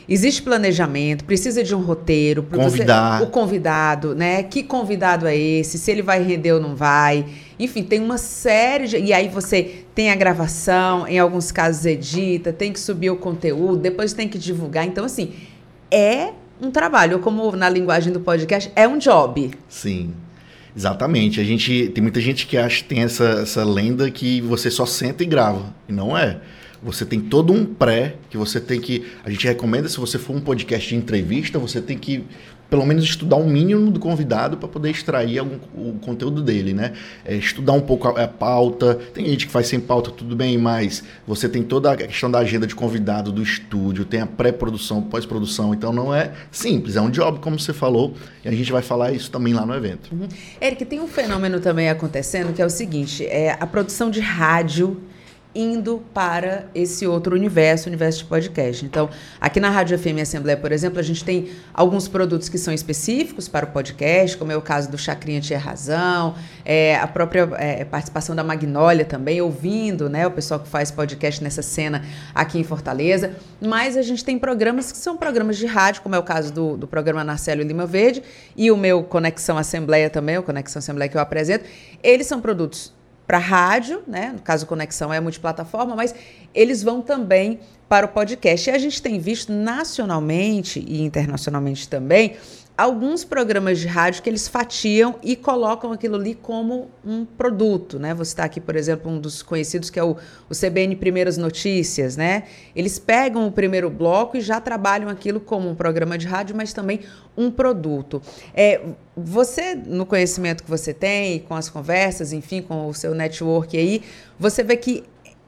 existe planejamento, precisa de um roteiro. Convidar. Você, o convidado, né? Que convidado é esse? Se ele vai render ou não vai. Enfim, tem uma série de... E aí você tem a gravação, em alguns casos edita, tem que subir o conteúdo, depois tem que divulgar. Então, assim, é um trabalho. Ou como na linguagem do podcast, é um job. Sim. Exatamente. A gente, tem muita gente que acha que tem essa, essa lenda que você só senta e grava. E não é. Você tem todo um pré que você tem que... A gente recomenda, se você for um podcast de entrevista, você tem que pelo menos estudar o mínimo do convidado para poder extrair algum, o conteúdo dele, né? É, estudar um pouco a, a pauta. Tem gente que faz sem pauta, tudo bem, mas você tem toda a questão da agenda de convidado, do estúdio, tem a pré-produção, pós-produção. Então não é simples, é um job, como você falou, e a gente vai falar isso também lá no evento. Uhum. Eric, tem um fenômeno também acontecendo que é o seguinte, é a produção de rádio indo para esse outro universo, o universo de podcast. Então, aqui na Rádio F M Assembleia, por exemplo, a gente tem alguns produtos que são específicos para o podcast, como é o caso do Chacrinha Tinha Razão, é, a própria é, participação da Magnólia também, ouvindo, né, o pessoal que faz podcast nessa cena aqui em Fortaleza. Mas a gente tem programas que são programas de rádio, como é o caso do, do programa Narcélio Lima Verde e o meu Conexão Assembleia também, o Conexão Assembleia que eu apresento. Eles são produtos para rádio, né? No caso Conexão é multiplataforma, mas eles vão também para o podcast. E a gente tem visto nacionalmente e internacionalmente também alguns programas de rádio que eles fatiam e colocam aquilo ali como um produto, né? Vou citar aqui, por exemplo, um dos conhecidos que é o, o C B N Primeiras Notícias, né? Eles pegam o primeiro bloco e já trabalham aquilo como um programa de rádio, mas também um produto. É, você, no conhecimento que você tem, com as conversas, enfim, com o seu network aí, você vê que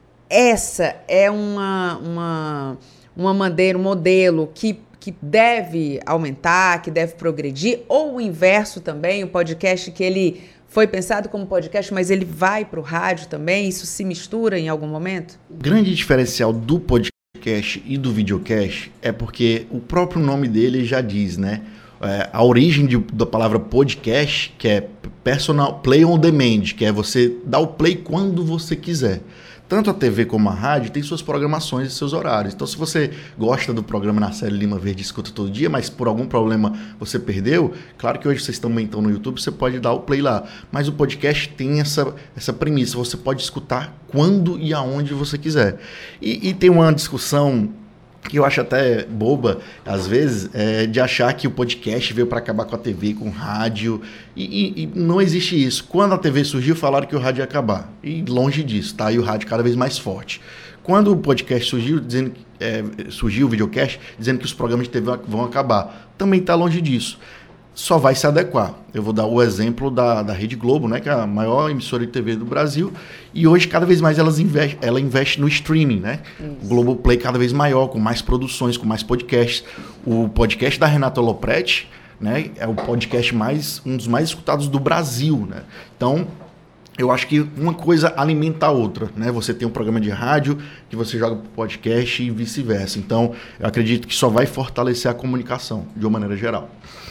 essa é uma, uma, uma maneira, um modelo que que deve aumentar, que deve progredir, ou o inverso também, o podcast que ele foi pensado como podcast, mas ele vai para o rádio também, isso se mistura em algum momento? O grande diferencial do podcast e do videocast é porque o próprio nome dele já diz, né? É, a origem de, da palavra podcast, que é personal play on demand, que é você dar o play quando você quiser. Tanto a T V como a rádio tem suas programações e seus horários. Então, se você gosta do programa Narcélio Lima Verde e escuta todo dia, mas por algum problema você perdeu, claro que hoje vocês também estão no YouTube, você pode dar o play lá. Mas o podcast tem essa, essa premissa, você pode escutar quando e aonde você quiser. E, e tem uma discussão que eu acho até boba, às vezes, é de achar que o podcast veio para acabar com a T V, com o rádio, e, e, e não existe isso. Quando a T V surgiu, falaram que o rádio ia acabar, e longe disso, tá? E o rádio cada vez mais forte. Quando o podcast surgiu, dizendo que, é, surgiu o videocast, dizendo que os programas de T V vão acabar, também está longe disso. Só vai se adequar. Eu vou dar o exemplo da, da Rede Globo, né, que é a maior emissora de T V do Brasil, e hoje cada vez mais elas investe, ela investe no streaming, né? Isso. O Globoplay cada vez maior, com mais produções, com mais podcasts. O podcast da Renata Lopretti, né, é o podcast mais, um dos mais escutados do Brasil, né? Então, eu acho que uma coisa alimenta a outra, né? Você tem um programa de rádio que você joga para o podcast e vice-versa. Então, eu acredito que só vai fortalecer a comunicação, de uma maneira geral.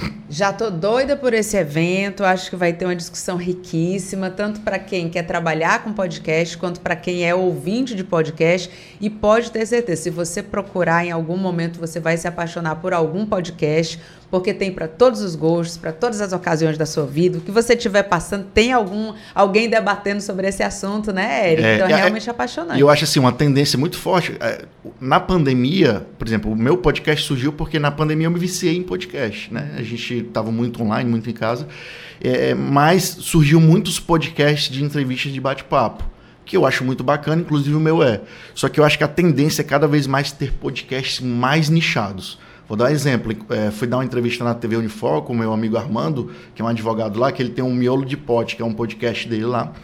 Já tô doida por esse evento, acho que vai ter uma discussão riquíssima, tanto para quem quer trabalhar com podcast, quanto para quem é ouvinte de podcast, e pode ter certeza, se você procurar em algum momento, você vai se apaixonar por algum podcast, porque tem para todos os gostos, para todas as ocasiões da sua vida, o que você estiver passando, tem algum, alguém debatendo sobre esse assunto, né, Eric? É, então é realmente é, apaixonante. E eu acho assim, uma tendência muito forte, na pandemia, por exemplo, o meu podcast surgiu porque na pandemia eu me viciei em podcast, né? A gente estava muito online, muito em casa, é, mas surgiu muitos podcasts de entrevistas de bate-papo, que eu acho muito bacana, inclusive o meu é. Só que eu acho que a tendência é cada vez mais ter podcasts mais nichados. Vou dar um exemplo, é, fui dar uma entrevista na T V Unifoco com o meu amigo Armando, que é um advogado lá, que ele tem um Miolo de Pote, que é um podcast dele lá.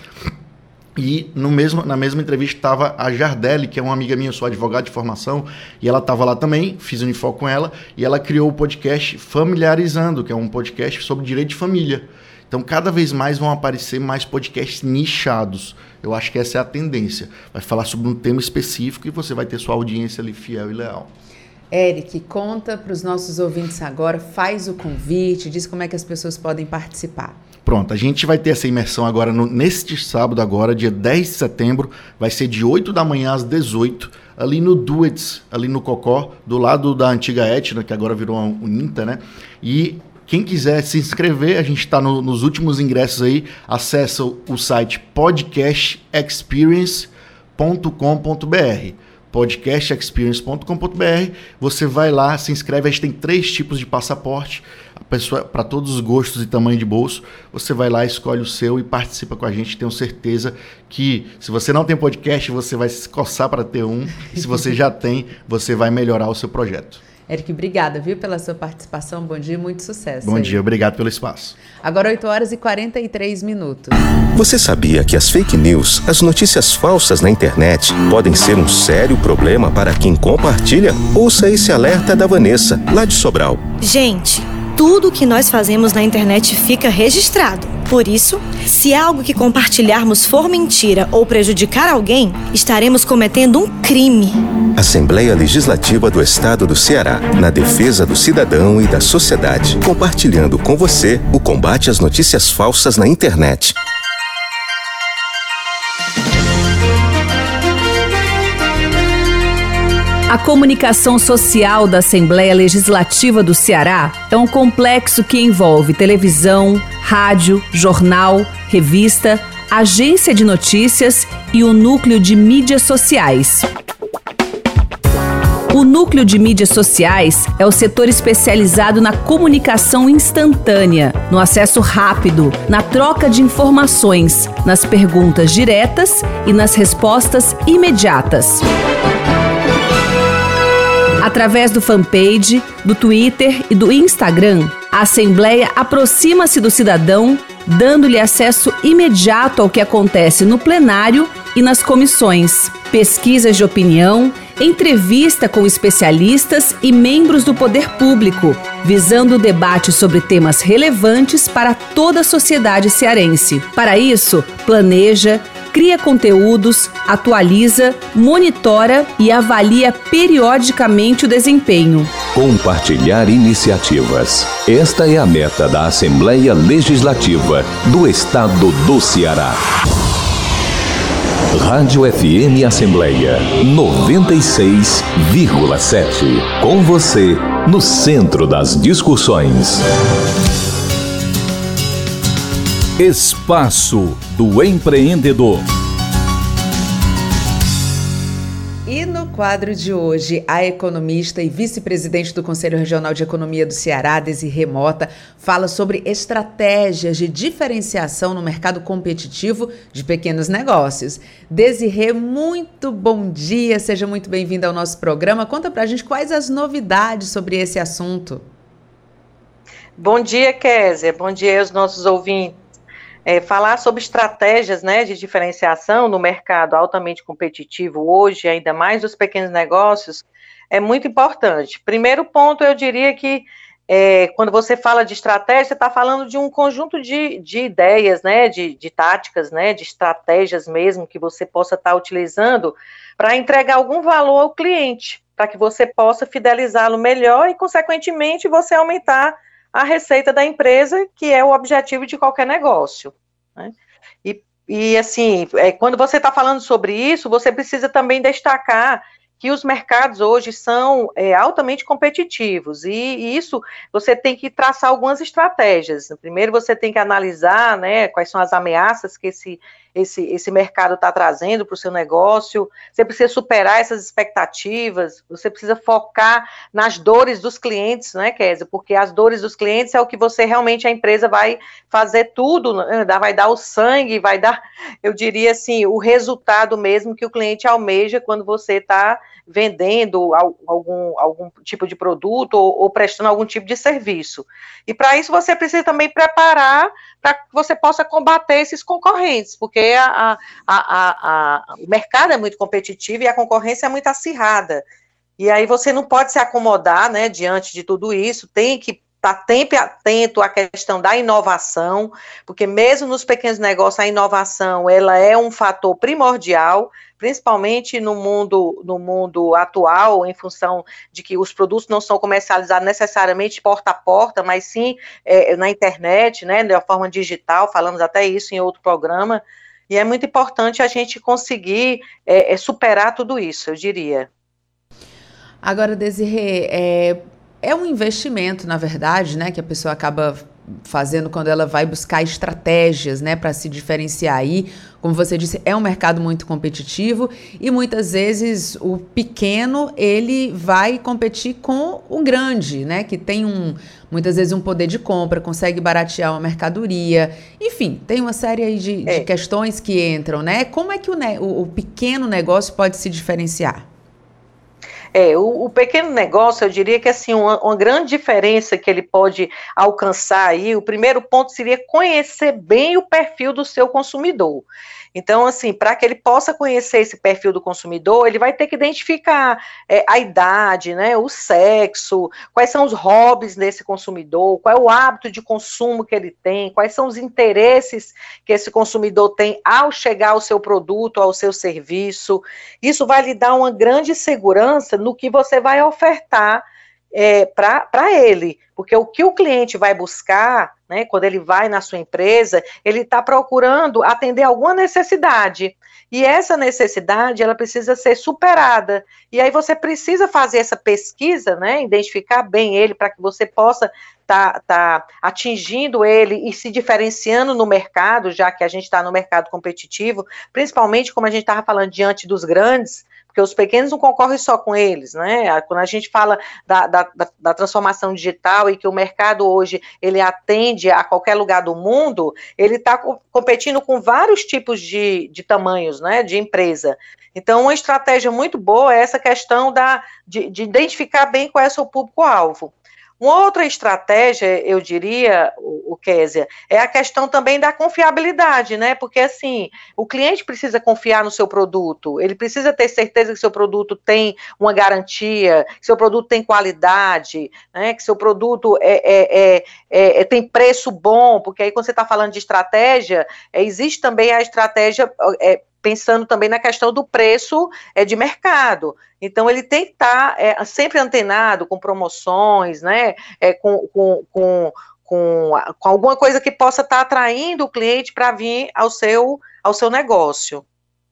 E no mesmo, na mesma entrevista estava a Jardelle, que é uma amiga minha, eu sou advogado de formação, e ela estava lá também, fiz Unifoco com ela, e ela criou o podcast Familiarizando, que é um podcast sobre direito de família. Então, cada vez mais vão aparecer mais podcasts nichados. Eu acho que essa é a tendência. Vai falar sobre um tema específico e você vai ter sua audiência ali fiel e leal. Eric, conta para os nossos ouvintes agora, faz o convite, diz como é que as pessoas podem participar. Pronto, a gente vai ter essa imersão agora, no, neste sábado agora, dia dez de setembro, vai ser de oito da manhã às dezoito, ali no Duets, ali no Cocó, do lado da antiga Etna, que agora virou um Uninter, né? E quem quiser se inscrever, a gente está no, nos últimos ingressos aí, acessa o, o site podcast experience ponto com ponto b r. podcast experience ponto com ponto b r. Você vai lá, se inscreve. A gente tem três tipos de passaporte, para todos os gostos e tamanho de bolso. Você vai lá, escolhe o seu e participa com a gente. Tenho certeza que, se você não tem podcast, você vai se coçar para ter um. E se você já tem, você vai melhorar o seu projeto. Eric, obrigada, viu, pela sua participação. Bom dia e muito sucesso. Bom aí. dia, obrigado pelo espaço. Agora oito horas e quarenta e três minutos. Você sabia que as fake news, as notícias falsas na internet, podem ser um sério problema para quem compartilha? Ouça esse alerta da Vanessa, lá de Sobral. Gente, tudo que nós fazemos na internet fica registrado. Por isso, se algo que compartilharmos for mentira ou prejudicar alguém, estaremos cometendo um crime. Assembleia Legislativa do Estado do Ceará, na defesa do cidadão e da sociedade, compartilhando com você o combate às notícias falsas na internet. A comunicação social da Assembleia Legislativa do Ceará é um complexo que envolve televisão, rádio, jornal, revista, agência de notícias e o núcleo de mídias sociais. O núcleo de mídias sociais é o setor especializado na comunicação instantânea, no acesso rápido, na troca de informações, nas perguntas diretas e nas respostas imediatas. Através do fanpage, do Twitter e do Instagram, a Assembleia aproxima-se do cidadão, dando-lhe acesso imediato ao que acontece no plenário e nas comissões, pesquisas de opinião, entrevista com especialistas e membros do poder público, visando o debate sobre temas relevantes para toda a sociedade cearense. Para isso, planeja, cria conteúdos, atualiza, monitora e avalia periodicamente o desempenho. Compartilhar iniciativas. Esta é a meta da Assembleia Legislativa do Estado do Ceará. Rádio F M Assembleia noventa e seis vírgula sete. Com você, no centro das discussões. Espaço do Empreendedor. E no quadro de hoje, a economista e vice-presidente do Conselho Regional de Economia do Ceará, Desirê Mota, fala sobre estratégias de diferenciação no mercado competitivo de pequenos negócios. Desirê, muito bom dia, seja muito bem-vinda ao nosso programa. Conta pra gente quais as novidades sobre esse assunto. Bom dia, Kézia. Bom dia aos nossos ouvintes. É, falar sobre estratégias, né, de diferenciação no mercado altamente competitivo hoje, ainda mais dos pequenos negócios, é muito importante. Primeiro ponto, eu diria que é, quando você fala de estratégia, você está falando de um conjunto de, de ideias, né, de, de táticas, né, de estratégias mesmo que você possa estar tá utilizando para entregar algum valor ao cliente, para que você possa fidelizá-lo melhor e, consequentemente, você aumentar a receita da empresa, que é o objetivo de qualquer negócio, né? E, e assim, é, quando você está falando sobre isso, você precisa também destacar que os mercados hoje são é, altamente competitivos, e, e isso você tem que traçar algumas estratégias. Primeiro você tem que analisar, né, quais são as ameaças que esse, esse, esse mercado está trazendo para o seu negócio, você precisa superar essas expectativas, você precisa focar nas dores dos clientes, né, Kézia, porque as dores dos clientes é o que você realmente, a empresa vai fazer tudo, né, vai dar o sangue, vai dar, eu diria assim, o resultado mesmo que o cliente almeja quando você está vendendo algum, algum tipo de produto ou, ou prestando algum tipo de serviço. E para isso você precisa também preparar para que você possa combater esses concorrentes, porque a, a, a, a, o mercado é muito competitivo e a concorrência é muito acirrada. E aí você não pode se acomodar, né, diante de tudo isso, tem que estar sempre atento à questão da inovação, porque mesmo nos pequenos negócios a inovação ela é um fator primordial, principalmente no mundo, no mundo atual, em função de que os produtos não são comercializados necessariamente porta a porta, mas sim é, na internet, né, de forma digital, falamos até isso em outro programa. E é muito importante a gente conseguir é, é, superar tudo isso, eu diria. Agora, Desirê, é, é um investimento, na verdade, né, que a pessoa acaba fazendo quando ela vai buscar estratégias, né, para se diferenciar. Aí, como você disse, é um mercado muito competitivo e muitas vezes o pequeno ele vai competir com o grande, né, que tem um muitas vezes um poder de compra, consegue baratear uma mercadoria, enfim, tem uma série aí de, é. de questões que entram, né? Como é que o, o, o pequeno negócio pode se diferenciar? É, o, o pequeno negócio, eu diria que assim, uma, uma grande diferença que ele pode alcançar aí, o primeiro ponto seria conhecer bem o perfil do seu consumidor. Então, assim, para que ele possa conhecer esse perfil do consumidor, ele vai ter que identificar é, a idade, né, o sexo, quais são os hobbies desse consumidor, qual é o hábito de consumo que ele tem, quais são os interesses que esse consumidor tem ao chegar ao seu produto, ao seu serviço. Isso vai lhe dar uma grande segurança no que você vai ofertar é, para ele, porque o que o cliente vai buscar, né, quando ele vai na sua empresa, ele está procurando atender alguma necessidade, e essa necessidade, ela precisa ser superada, e aí você precisa fazer essa pesquisa, né, identificar bem ele, para que você possa estar tá, tá atingindo ele e se diferenciando no mercado, já que a gente está no mercado competitivo, principalmente como a gente estava falando diante dos grandes, porque os pequenos não concorrem só com eles, né? Quando a gente fala da, da, da transformação digital e que o mercado hoje, ele atende a qualquer lugar do mundo, ele está competindo com vários tipos de, de tamanhos, né, de empresa. Então, uma estratégia muito boa é essa questão da, de, de identificar bem qual é o seu público-alvo. Uma outra estratégia, eu diria, o, o Kézia, é a questão também da confiabilidade, né? Porque, assim, o cliente precisa confiar no seu produto, ele precisa ter certeza que seu produto tem uma garantia, que seu produto tem qualidade, né? Que seu produto é, é, é, é, tem preço bom, porque aí quando você está falando de estratégia, é, existe também a estratégia... É, pensando também na questão do preço é, de mercado. Então, ele tem que estar é, sempre antenado com promoções, né, é, com, com, com, com, com alguma coisa que possa estar atraindo o cliente para vir ao seu, ao seu negócio.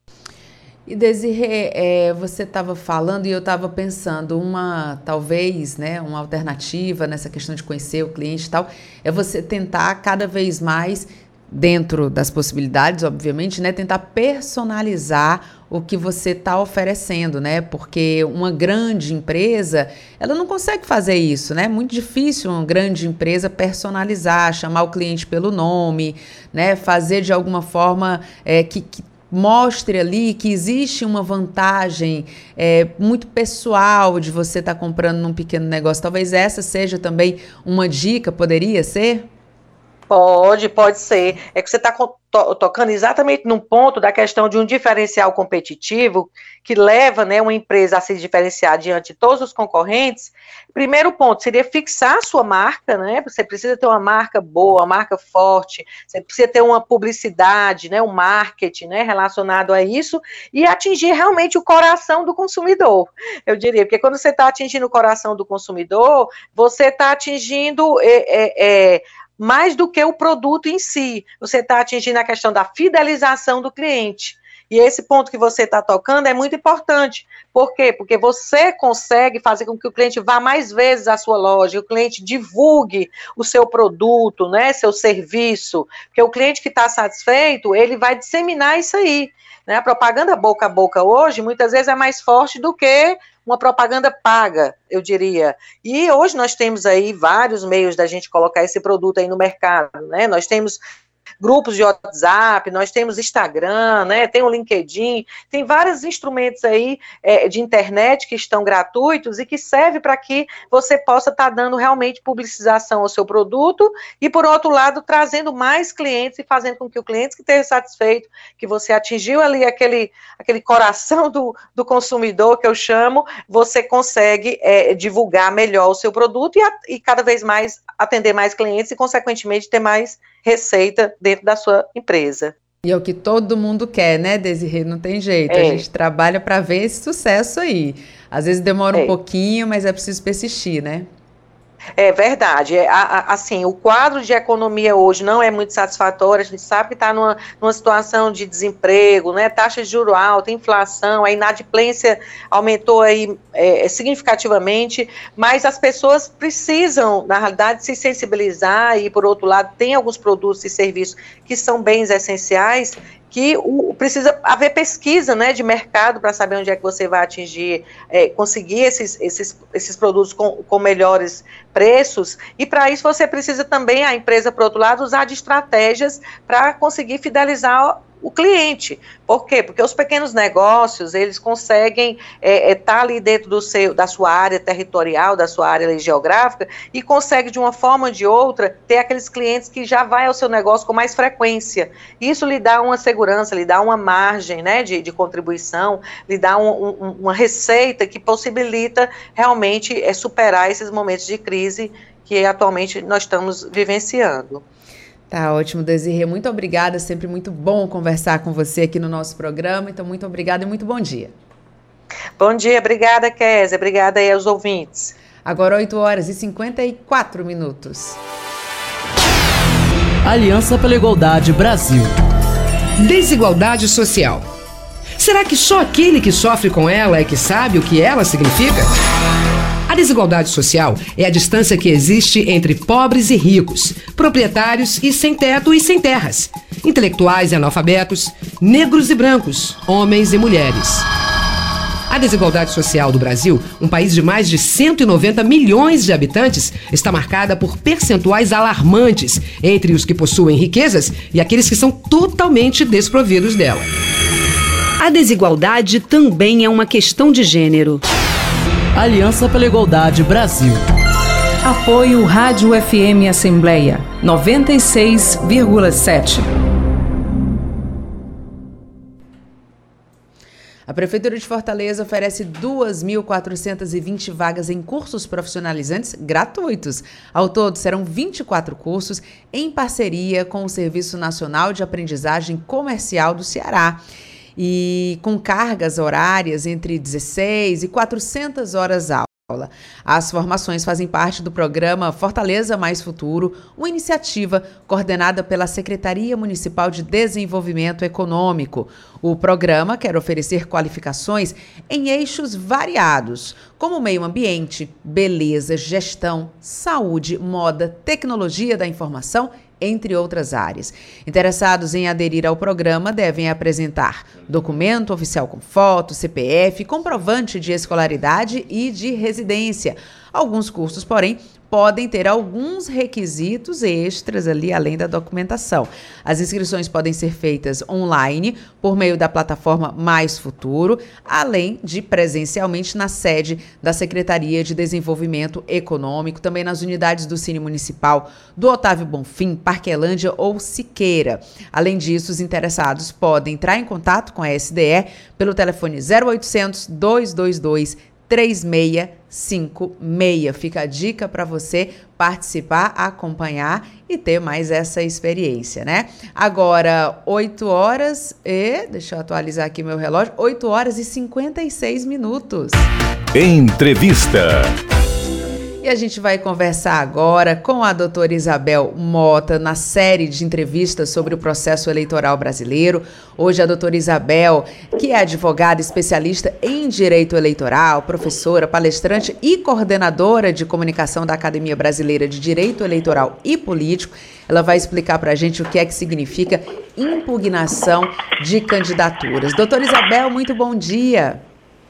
E Desirê, é, você estava falando e eu estava pensando, uma, talvez, né, uma alternativa nessa questão de conhecer o cliente e tal, é você tentar cada vez mais, dentro das possibilidades, obviamente, né, tentar personalizar o que você está oferecendo, né, porque uma grande empresa, ela não consegue fazer isso, né, é muito difícil uma grande empresa personalizar, chamar o cliente pelo nome, né, fazer de alguma forma é, que, que mostre ali que existe uma vantagem é, muito pessoal de você estar tá comprando num pequeno negócio. Talvez essa seja também uma dica, poderia ser? Pode, pode ser. É que você está to tocando exatamente num ponto da questão de um diferencial competitivo que leva, né, uma empresa a se diferenciar diante de todos os concorrentes. Primeiro ponto seria fixar a sua marca, né? Você precisa ter uma marca boa, uma marca forte, você precisa ter uma publicidade, né, um marketing, né, relacionado a isso e atingir realmente o coração do consumidor, eu diria, porque quando você está atingindo o coração do consumidor, você está atingindo é, é, é, mais do que o produto em si, você está atingindo a questão da fidelização do cliente. E esse ponto que você está tocando é muito importante. Por quê? Porque você consegue fazer com que o cliente vá mais vezes à sua loja, o cliente divulgue o seu produto, né, seu serviço, porque o cliente que está satisfeito, ele vai disseminar isso aí. Né? A propaganda boca a boca hoje, muitas vezes é mais forte do que uma propaganda paga, eu diria. E hoje nós temos aí vários meios da gente colocar esse produto aí no mercado, né? Nós temos grupos de WhatsApp, nós temos Instagram, né, tem o LinkedIn, tem vários instrumentos aí é, de internet que estão gratuitos e que servem para que você possa estar tá dando realmente publicização ao seu produto e, por outro lado, trazendo mais clientes e fazendo com que o cliente que esteja satisfeito, que você atingiu ali aquele, aquele coração do, do consumidor, que eu chamo, você consegue é, divulgar melhor o seu produto e, a, e cada vez mais atender mais clientes e, consequentemente, ter mais receita dentro da sua empresa. E é o que todo mundo quer, né, Desirê? Não tem jeito, é. A gente trabalha para ver esse sucesso aí. Às vezes demora é. um pouquinho, mas é preciso persistir, né? É verdade, é, a, a, assim, o quadro de economia hoje não é muito satisfatório, a gente sabe que está numa, numa situação de desemprego, né, taxa de juros alta, inflação, a inadimplência aumentou aí é, significativamente, mas as pessoas precisam, na realidade, se sensibilizar e, por outro lado, tem alguns produtos e serviços que são bens essenciais, que o, precisa haver pesquisa, né, de mercado para saber onde é que você vai atingir, é, conseguir esses, esses, esses produtos com, com melhores preços, e para isso você precisa também, a empresa, por outro lado, usar de estratégias para conseguir fidelizar o cliente. Por quê? Porque os pequenos negócios, eles conseguem é, estar ali dentro do seu, da sua área territorial, da sua área geográfica, e consegue, de uma forma ou de outra, ter aqueles clientes que já vai ao seu negócio com mais frequência. Isso lhe dá uma segurança, lhe dá uma margem, né, de, de contribuição, lhe dá um, um, uma receita que possibilita realmente é, superar esses momentos de crise que atualmente nós estamos vivenciando. Tá ótimo, Desirê, muito obrigada, sempre muito bom conversar com você aqui no nosso programa, então muito obrigada e muito bom dia. Bom dia, obrigada, Kézia, obrigada aí aos ouvintes. Agora oito horas e cinquenta e quatro minutos. Aliança pela Igualdade Brasil. Desigualdade social. Será que só aquele que sofre com ela é que sabe o que ela significa? A desigualdade social é a distância que existe entre pobres e ricos, proprietários e sem teto e sem terras, intelectuais e analfabetos, negros e brancos, homens e mulheres. A desigualdade social do Brasil, um país de mais de cento e noventa milhões de habitantes, está marcada por percentuais alarmantes entre os que possuem riquezas e aqueles que são totalmente desprovidos dela. A desigualdade também é uma questão de gênero. Aliança pela Igualdade Brasil. Apoio Rádio F M Assembleia noventa e seis vírgula sete. A Prefeitura de Fortaleza oferece duas mil quatrocentas e vinte vagas em cursos profissionalizantes gratuitos. Ao todo, serão vinte e quatro cursos em parceria com o Serviço Nacional de Aprendizagem Comercial do Ceará. E com cargas horárias entre dezesseis e quatrocentas horas aula. As formações fazem parte do programa Fortaleza Mais Futuro, uma iniciativa coordenada pela Secretaria Municipal de Desenvolvimento Econômico. O programa quer oferecer qualificações em eixos variados, como meio ambiente, beleza, gestão, saúde, moda, tecnologia da informação, entre outras áreas. Interessados em aderir ao programa devem apresentar documento oficial com foto, C P F, comprovante de escolaridade e de residência. Alguns cursos, porém, podem ter alguns requisitos extras ali, além da documentação. As inscrições podem ser feitas online, por meio da plataforma Mais Futuro, além de presencialmente na sede da Secretaria de Desenvolvimento Econômico, também nas unidades do Cine Municipal, do Otávio Bonfim, Parquelândia ou Siqueira. Além disso, os interessados podem entrar em contato com a S D E pelo telefone zero oitocentos, dois dois dois, três seis cinco seis. Fica a dica para você participar, acompanhar e ter mais essa experiência, né? Agora, oito horas e... Deixa eu atualizar aqui meu relógio. oito horas e cinquenta e seis minutos. Entrevista. E a gente vai conversar agora com a doutora Isabel Mota na série de entrevistas sobre o processo eleitoral brasileiro. Hoje a doutora Isabel, que é advogada especialista em direito eleitoral, professora, palestrante e coordenadora de comunicação da Academia Brasileira de Direito Eleitoral e Político, ela vai explicar para a gente o que é que significa impugnação de candidaturas. Doutora Isabel, muito bom dia.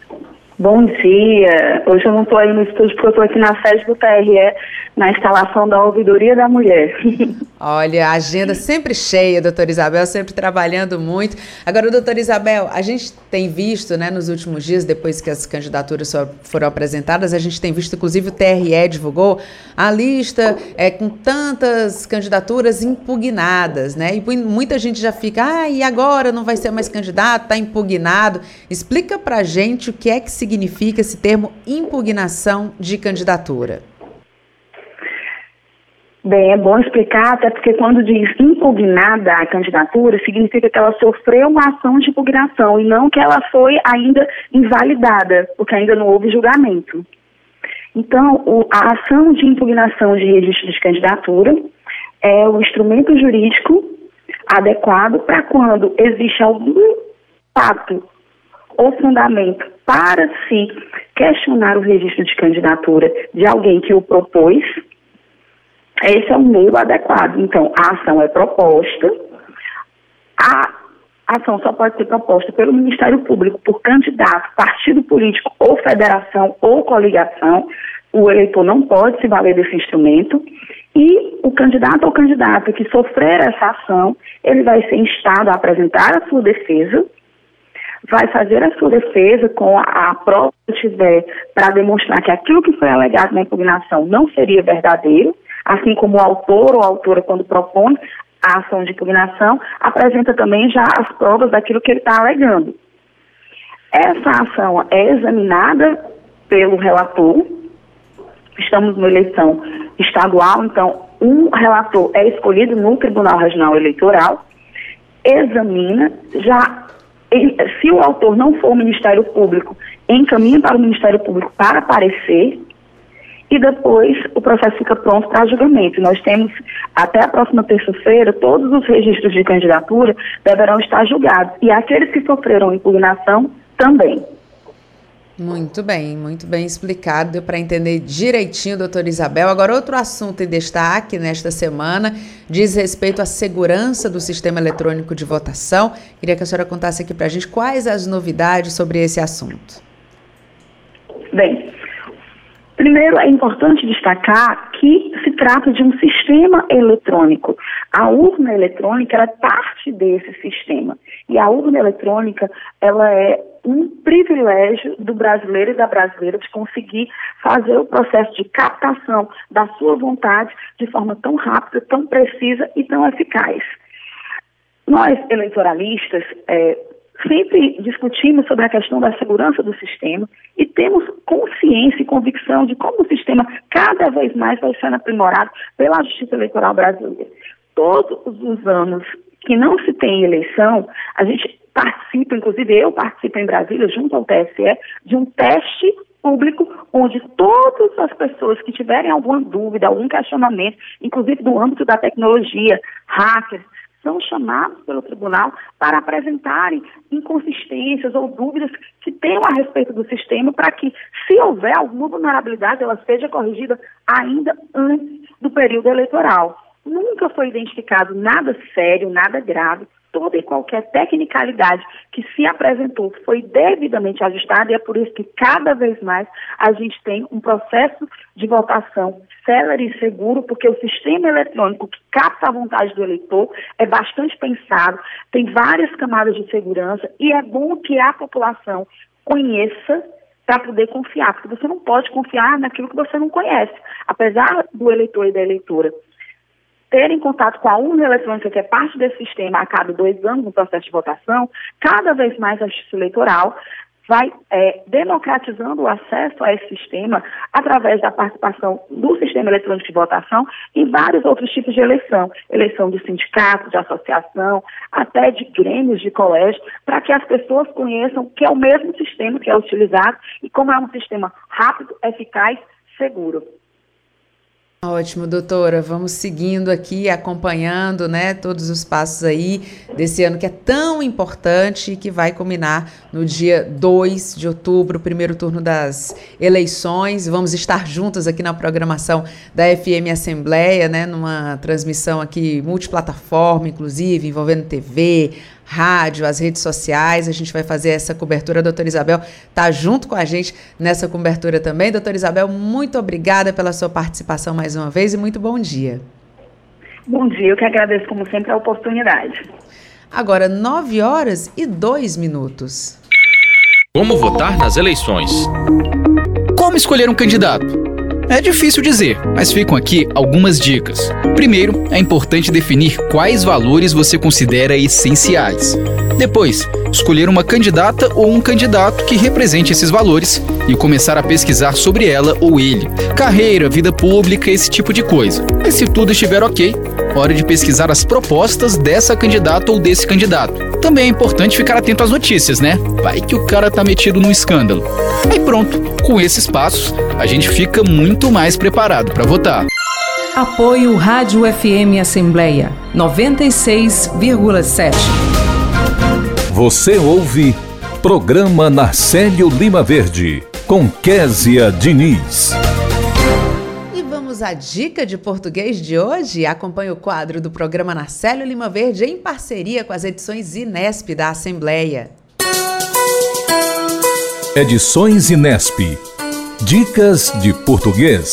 Bom dia. Hoje eu não estou aí no estúdio porque eu estou aqui na sede do T R E, na instalação da Ouvidoria da Mulher. Olha, a agenda sempre cheia, doutora Isabel, sempre trabalhando muito. Agora, doutora Isabel, a gente tem visto, né, nos últimos dias, depois que as candidaturas foram apresentadas, a gente tem visto, inclusive o T R E divulgou a lista é, com tantas candidaturas impugnadas, né? E muita gente já fica, ah, e agora não vai ser mais candidato, está impugnado. Explica pra gente o que é que significa esse termo impugnação de candidatura. Bem, é bom explicar, até porque quando diz impugnada a candidatura, significa que ela sofreu uma ação de impugnação e não que ela foi ainda invalidada, porque ainda não houve julgamento. Então, o, a ação de impugnação de registro de candidatura é o instrumento jurídico adequado para quando existe algum fato ou fundamento para se questionar o registro de candidatura de alguém que o propôs. Esse é o meio adequado. Então, a ação é proposta, a ação só pode ser proposta pelo Ministério Público, por candidato, partido político ou federação ou coligação. O eleitor não pode se valer desse instrumento. E o candidato ou candidata que sofrer essa ação, ele vai ser instado a apresentar a sua defesa, vai fazer a sua defesa com a, a prova que tiver para demonstrar que aquilo que foi alegado na impugnação não seria verdadeiro, assim como o autor ou a autora, quando propõe a ação de impugnação, apresenta também já as provas daquilo que ele está alegando. Essa ação é examinada pelo relator. Estamos numa eleição estadual, então um relator é escolhido no Tribunal Regional Eleitoral, examina, já se o autor não for o Ministério Público, encaminha para o Ministério Público para parecer, e depois o processo fica pronto para julgamento. Nós temos, até a próxima terça-feira, todos os registros de candidatura deverão estar julgados, e aqueles que sofreram impugnação também. Muito bem, muito bem explicado, deu para entender direitinho, doutora Isabel. Agora, outro assunto em destaque nesta semana diz respeito à segurança do sistema eletrônico de votação. Queria que a senhora contasse aqui para a gente quais as novidades sobre esse assunto. Bem, primeiro é importante destacar que se trata de um sistema eletrônico. A urna eletrônica ela é parte desse sistema. E a urna eletrônica ela é um privilégio do brasileiro e da brasileira de conseguir fazer o processo de captação da sua vontade de forma tão rápida, tão precisa e tão eficaz. Nós, eleitoralistas, é, sempre discutimos sobre a questão da segurança do sistema e temos consciência e convicção de como o sistema cada vez mais vai sendo aprimorado pela Justiça Eleitoral brasileira. Todos os anos que não se tem eleição, a gente participa, inclusive eu participo em Brasília, junto ao T S E, de um teste público onde todas as pessoas que tiverem alguma dúvida, algum questionamento, inclusive do âmbito da tecnologia, hackers, são chamados pelo tribunal para apresentarem inconsistências ou dúvidas que tenham a respeito do sistema para que, se houver alguma vulnerabilidade, ela seja corrigida ainda antes do período eleitoral. Nunca foi identificado nada sério, nada grave. Toda e qualquer tecnicalidade que se apresentou foi devidamente ajustada e é por isso que cada vez mais a gente tem um processo de votação célere e seguro, porque o sistema eletrônico que capta a vontade do eleitor é bastante pensado, tem várias camadas de segurança e é bom que a população conheça para poder confiar, porque você não pode confiar naquilo que você não conhece. Apesar do eleitor e da eleitora terem contato com a urna eletrônica, que é parte desse sistema a cada dois anos no processo de votação, cada vez mais a Justiça Eleitoral vai é, democratizando o acesso a esse sistema através da participação do sistema eletrônico de votação em vários outros tipos de eleição, eleição de sindicato, de associação, até de grêmios, de colégio, para que as pessoas conheçam que é o mesmo sistema que é utilizado e como é um sistema rápido, eficaz, seguro. Ótimo, doutora. Vamos seguindo aqui, acompanhando, né, todos os passos aí desse ano que é tão importante e que vai culminar no dia dois de outubro, primeiro turno das eleições. Vamos estar juntos aqui na programação da F M Assembleia, né, numa transmissão aqui multiplataforma, inclusive, envolvendo T V, rádio, as redes sociais. A gente vai fazer essa cobertura. A doutora Isabel está junto com a gente nessa cobertura também. Doutora Isabel, muito obrigada pela sua participação mais uma vez e muito bom dia. Bom dia, eu que agradeço como sempre a oportunidade. Agora, nove horas e dois minutos. Como votar nas eleições? Como escolher um candidato? É difícil dizer, mas ficam aqui algumas dicas. Primeiro, é importante definir quais valores você considera essenciais. Depois, escolher uma candidata ou um candidato que represente esses valores e começar a pesquisar sobre ela ou ele. Carreira, vida pública, esse tipo de coisa. E se tudo estiver ok, hora de pesquisar as propostas dessa candidata ou desse candidato. também é importante ficar atento às notícias, né? Vai que o cara tá metido num escândalo. Aí pronto, com esses passos, a gente fica muito mais preparado para votar. Apoio Rádio F M Assembleia noventa e seis vírgula sete. Você ouve Programa Narcélio Lima Verde, com Késia Diniz. E vamos à dica de português de hoje? Acompanhe o quadro do Programa Narcélio Lima Verde em parceria com as edições Inesp da Assembleia. Edições Inesp. Dicas de português.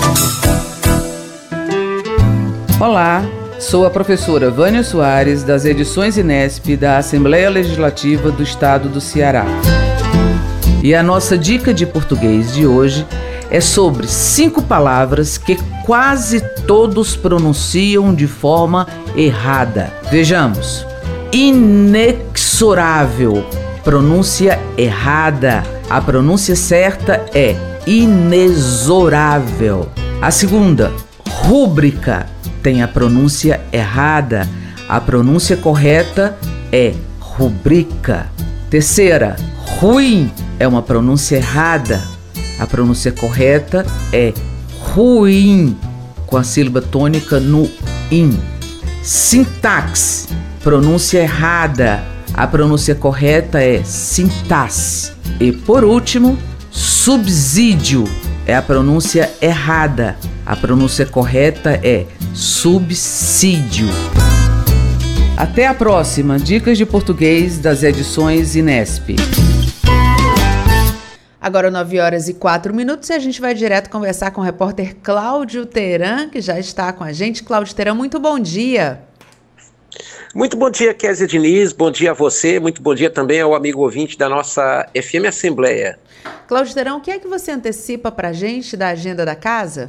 Olá, sou a professora Vânia Soares, das edições Inesp da Assembleia Legislativa do Estado do Ceará. E a nossa dica de português de hoje é sobre cinco palavras que quase todos pronunciam de forma errada. Vejamos. Inexorável, pronúncia errada. A pronúncia certa é inexorável. A segunda, rúbrica, tem a pronúncia errada. A pronúncia correta é rubrica. Terceira, ruim, é uma pronúncia errada. A pronúncia correta é ruim, com a sílaba tônica no in. Sintaxe, pronúncia errada. A pronúncia correta é sintaxe. E por último, subsídio, é a pronúncia errada. A pronúncia correta é subsídio. Até a próxima. Dicas de português das edições Inesp. Agora nove horas e quatro minutos e a gente vai direto conversar com o repórter Cláudio Teran, que já está com a gente. Cláudio Teran, muito bom dia. Muito bom dia, Késia Diniz, bom dia a você, muito bom dia também ao amigo ouvinte da nossa F M Assembleia. Cláudio Teran, o que é que você antecipa para a gente da agenda da casa?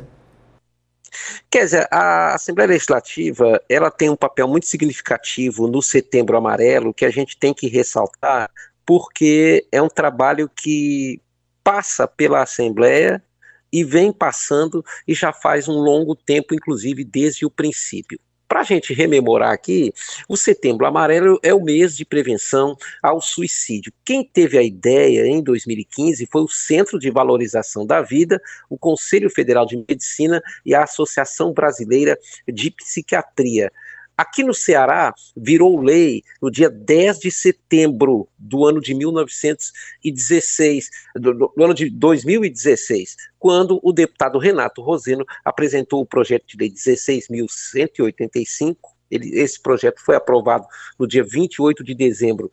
Késia, a Assembleia Legislativa, ela tem um papel muito significativo no Setembro Amarelo, que a gente tem que ressaltar, porque é um trabalho que passa pela Assembleia e vem passando e já faz um longo tempo, inclusive desde o princípio. Para a gente rememorar aqui, o Setembro Amarelo é o mês de prevenção ao suicídio. Quem teve a ideia em dois mil e quinze foi o Centro de Valorização da Vida, o Conselho Federal de Medicina e a Associação Brasileira de Psiquiatria. Aqui no Ceará, virou lei no dia dez de setembro do ano de mil novecentos e dezesseis, do, do ano de dois mil e dezesseis, quando o deputado Renato Roseno apresentou o projeto de lei dezesseis mil cento e oitenta e cinco. Ele, esse projeto foi aprovado no dia vinte e oito de dezembro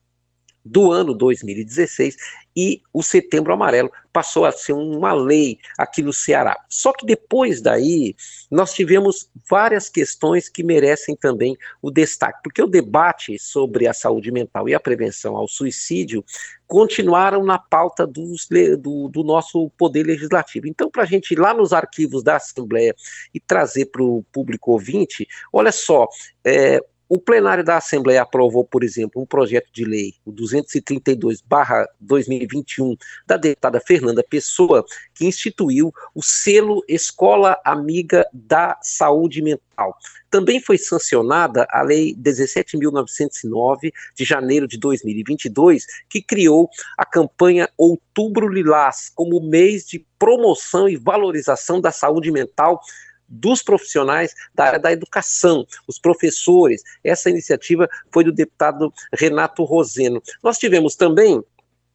do ano dois mil e dezesseis, e o Setembro Amarelo passou a ser uma lei aqui no Ceará. Só que depois daí, nós tivemos várias questões que merecem também o destaque, porque o debate sobre a saúde mental e a prevenção ao suicídio continuaram na pauta dos, do, do nosso poder legislativo. Então, para a gente ir lá nos arquivos da Assembleia e trazer para o público ouvinte, olha só, é, o plenário da Assembleia aprovou, por exemplo, um projeto de lei, o duzentos e trinta e dois barra dois mil e vinte e um, da deputada Fernanda Pessoa, que instituiu o selo Escola Amiga da Saúde Mental. Também foi sancionada a Lei dezessete mil novecentos e nove, de janeiro de dois mil e vinte e dois, que criou a campanha Outubro Lilás, como mês de promoção e valorização da saúde mental dos profissionais da área da educação, os professores. Essa iniciativa foi do deputado Renato Roseno. Nós tivemos também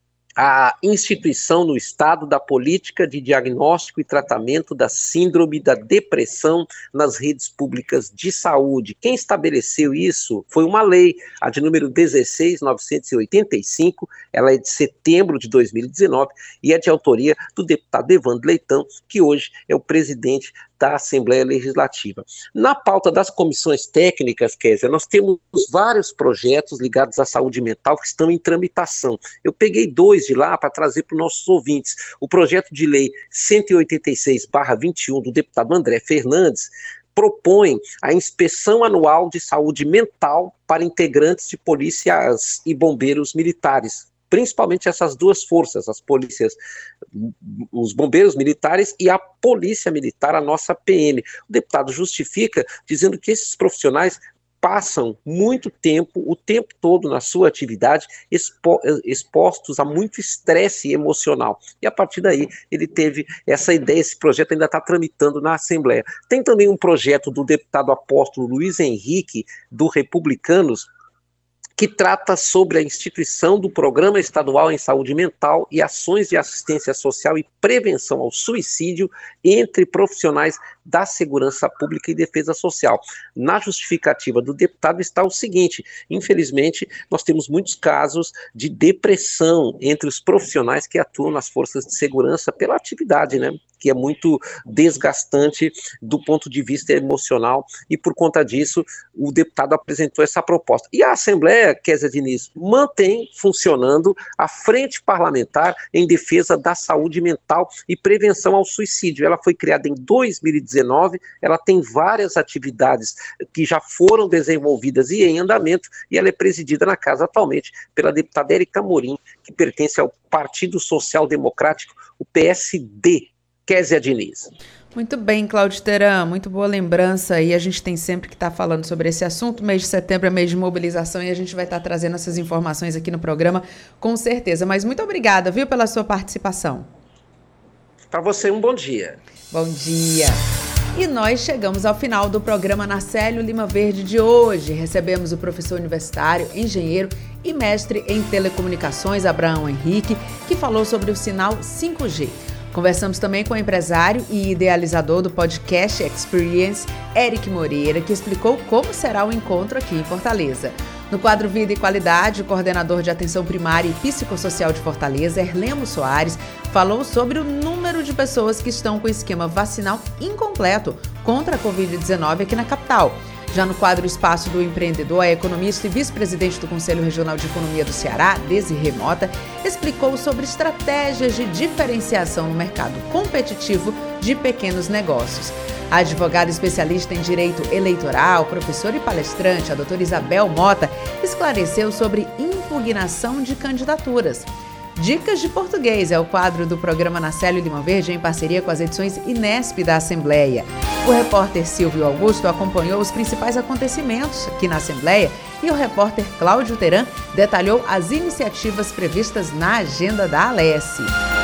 a instituição no Estado da política de diagnóstico e tratamento da síndrome da depressão nas redes públicas de saúde. Quem estabeleceu isso foi uma lei, a de número dezesseis mil novecentos e oitenta e cinco, ela é de setembro de dois mil e dezenove e é de autoria do deputado Evandro Leitão, que hoje é o presidente da Assembleia Legislativa. Na pauta das comissões técnicas, Késia, nós temos vários projetos ligados à saúde mental que estão em tramitação. Eu peguei dois de lá para trazer para os nossos ouvintes. O projeto de lei cento e oitenta e seis barra vinte e um do deputado André Fernandes propõe a inspeção anual de saúde mental para integrantes de polícias e bombeiros militares, principalmente essas duas forças, as polícias, os bombeiros militares e a polícia militar, a nossa P M. O deputado justifica dizendo que esses profissionais passam muito tempo, o tempo todo na sua atividade, expo, expostos a muito estresse emocional. E a partir daí ele teve essa ideia, esse projeto ainda está tramitando na Assembleia. Tem também um projeto do deputado apóstolo Luiz Henrique, do Republicanos, que trata sobre a instituição do Programa Estadual em Saúde Mental e ações de assistência social e prevenção ao suicídio entre profissionais da segurança pública e defesa social. Na justificativa do deputado está o seguinte: infelizmente, nós temos muitos casos de depressão entre os profissionais que atuam nas forças de segurança pela atividade, né? Que é muito desgastante do ponto de vista emocional, e por conta disso o deputado apresentou essa proposta. E a Assembleia, Kézia Diniz, mantém funcionando a Frente Parlamentar em Defesa da Saúde Mental e Prevenção ao Suicídio. Ela foi criada em dois mil e dezenove, ela tem várias atividades que já foram desenvolvidas e em andamento, e ela é presidida na casa atualmente pela deputada Érica Amorim, que pertence ao Partido Social Democrático, o P S D. Kézia Diniz. Muito bem, Cláudio Teran, muito boa lembrança, e a gente tem sempre que estar tá falando sobre esse assunto. Mês de setembro é mês de mobilização e a gente vai estar tá trazendo essas informações aqui no programa, com certeza. Mas muito obrigada, viu, pela sua participação. Para você, um bom dia. Bom dia. E nós chegamos ao final do programa Narcélio Lima Verde de hoje. Recebemos o professor universitário, engenheiro e mestre em telecomunicações, Abraão Henrique, que falou sobre o sinal cinco G. Conversamos também com o empresário e idealizador do podcast Experience, Eric Moreira, que explicou como será o encontro aqui em Fortaleza. No quadro Vida e Qualidade, o coordenador de atenção primária e psicossocial de Fortaleza, Erlemo Soares, falou sobre o número de pessoas que estão com o esquema vacinal incompleto contra a covid dezenove aqui na capital. Já no quadro Espaço do Empreendedor, a economista e vice-presidente do Conselho Regional de Economia do Ceará, Desirê Mota, explicou sobre estratégias de diferenciação no mercado competitivo de pequenos negócios. A advogada especialista em direito eleitoral, professora e palestrante, a doutora Isabel Mota, esclareceu sobre impugnação de candidaturas. Dicas de Português é o quadro do programa Narcélio Lima Verde em parceria com as edições Inesp da Assembleia. O repórter Silvio Augusto acompanhou os principais acontecimentos aqui na Assembleia e o repórter Cláudio Teran detalhou as iniciativas previstas na agenda da Alesse.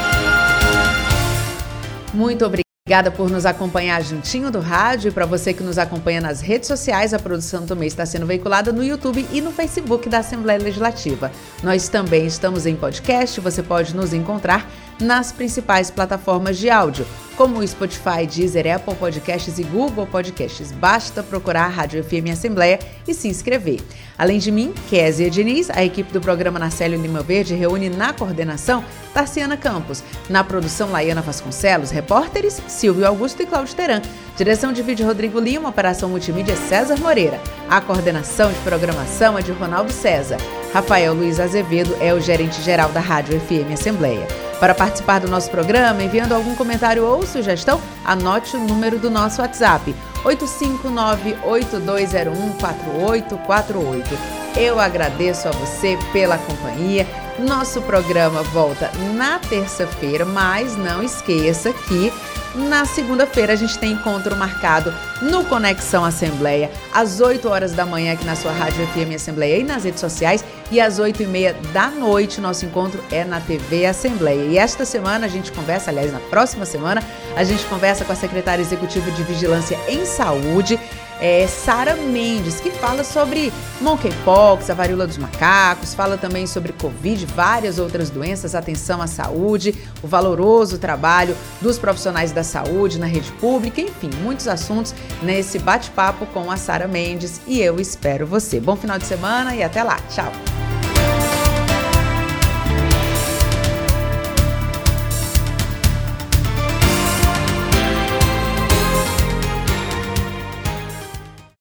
Muito obrigada. Obrigada por nos acompanhar juntinho do rádio, e para você que nos acompanha nas redes sociais, a produção também está sendo veiculada no YouTube e no Facebook da Assembleia Legislativa. Nós também estamos em podcast, você pode nos encontrar nas principais plataformas de áudio, como o Spotify, Deezer, Apple Podcasts e Google Podcasts. Basta procurar a Rádio F M Assembleia e se inscrever. Além de mim, Kézia Diniz, a equipe do programa Narcélio Lima Verde reúne na coordenação Tarciana Campos, na produção Laiana Vasconcelos, repórteres Silvio Augusto e Cláudio Teran, direção de vídeo Rodrigo Lima, operação multimídia César Moreira, a coordenação de programação é de Ronaldo César, Rafael Luiz Azevedo é o gerente-geral da Rádio F M Assembleia. Para participar do nosso programa, enviando algum comentário ou sugestão, anote o número do nosso WhatsApp, oito cinco nove, oito dois zero um, quatro oito quatro oito. Eu agradeço a você pela companhia. Nosso programa volta na terça-feira, mas não esqueça que na segunda-feira a gente tem encontro marcado no Conexão Assembleia, às oito horas da manhã aqui na sua Rádio F M Assembleia e nas redes sociais, e às oito e meia da noite nosso encontro é na T V Assembleia. E esta semana a gente conversa, aliás, na próxima semana, a gente conversa com a secretária executiva de Vigilância em Saúde, É Sara Mendes, que fala sobre monkeypox, a varíola dos macacos, fala também sobre Covid, várias outras doenças, atenção à saúde, o valoroso trabalho dos profissionais da saúde na rede pública, enfim, muitos assuntos nesse bate-papo com a Sara Mendes, e eu espero você. Bom final de semana e até lá. Tchau!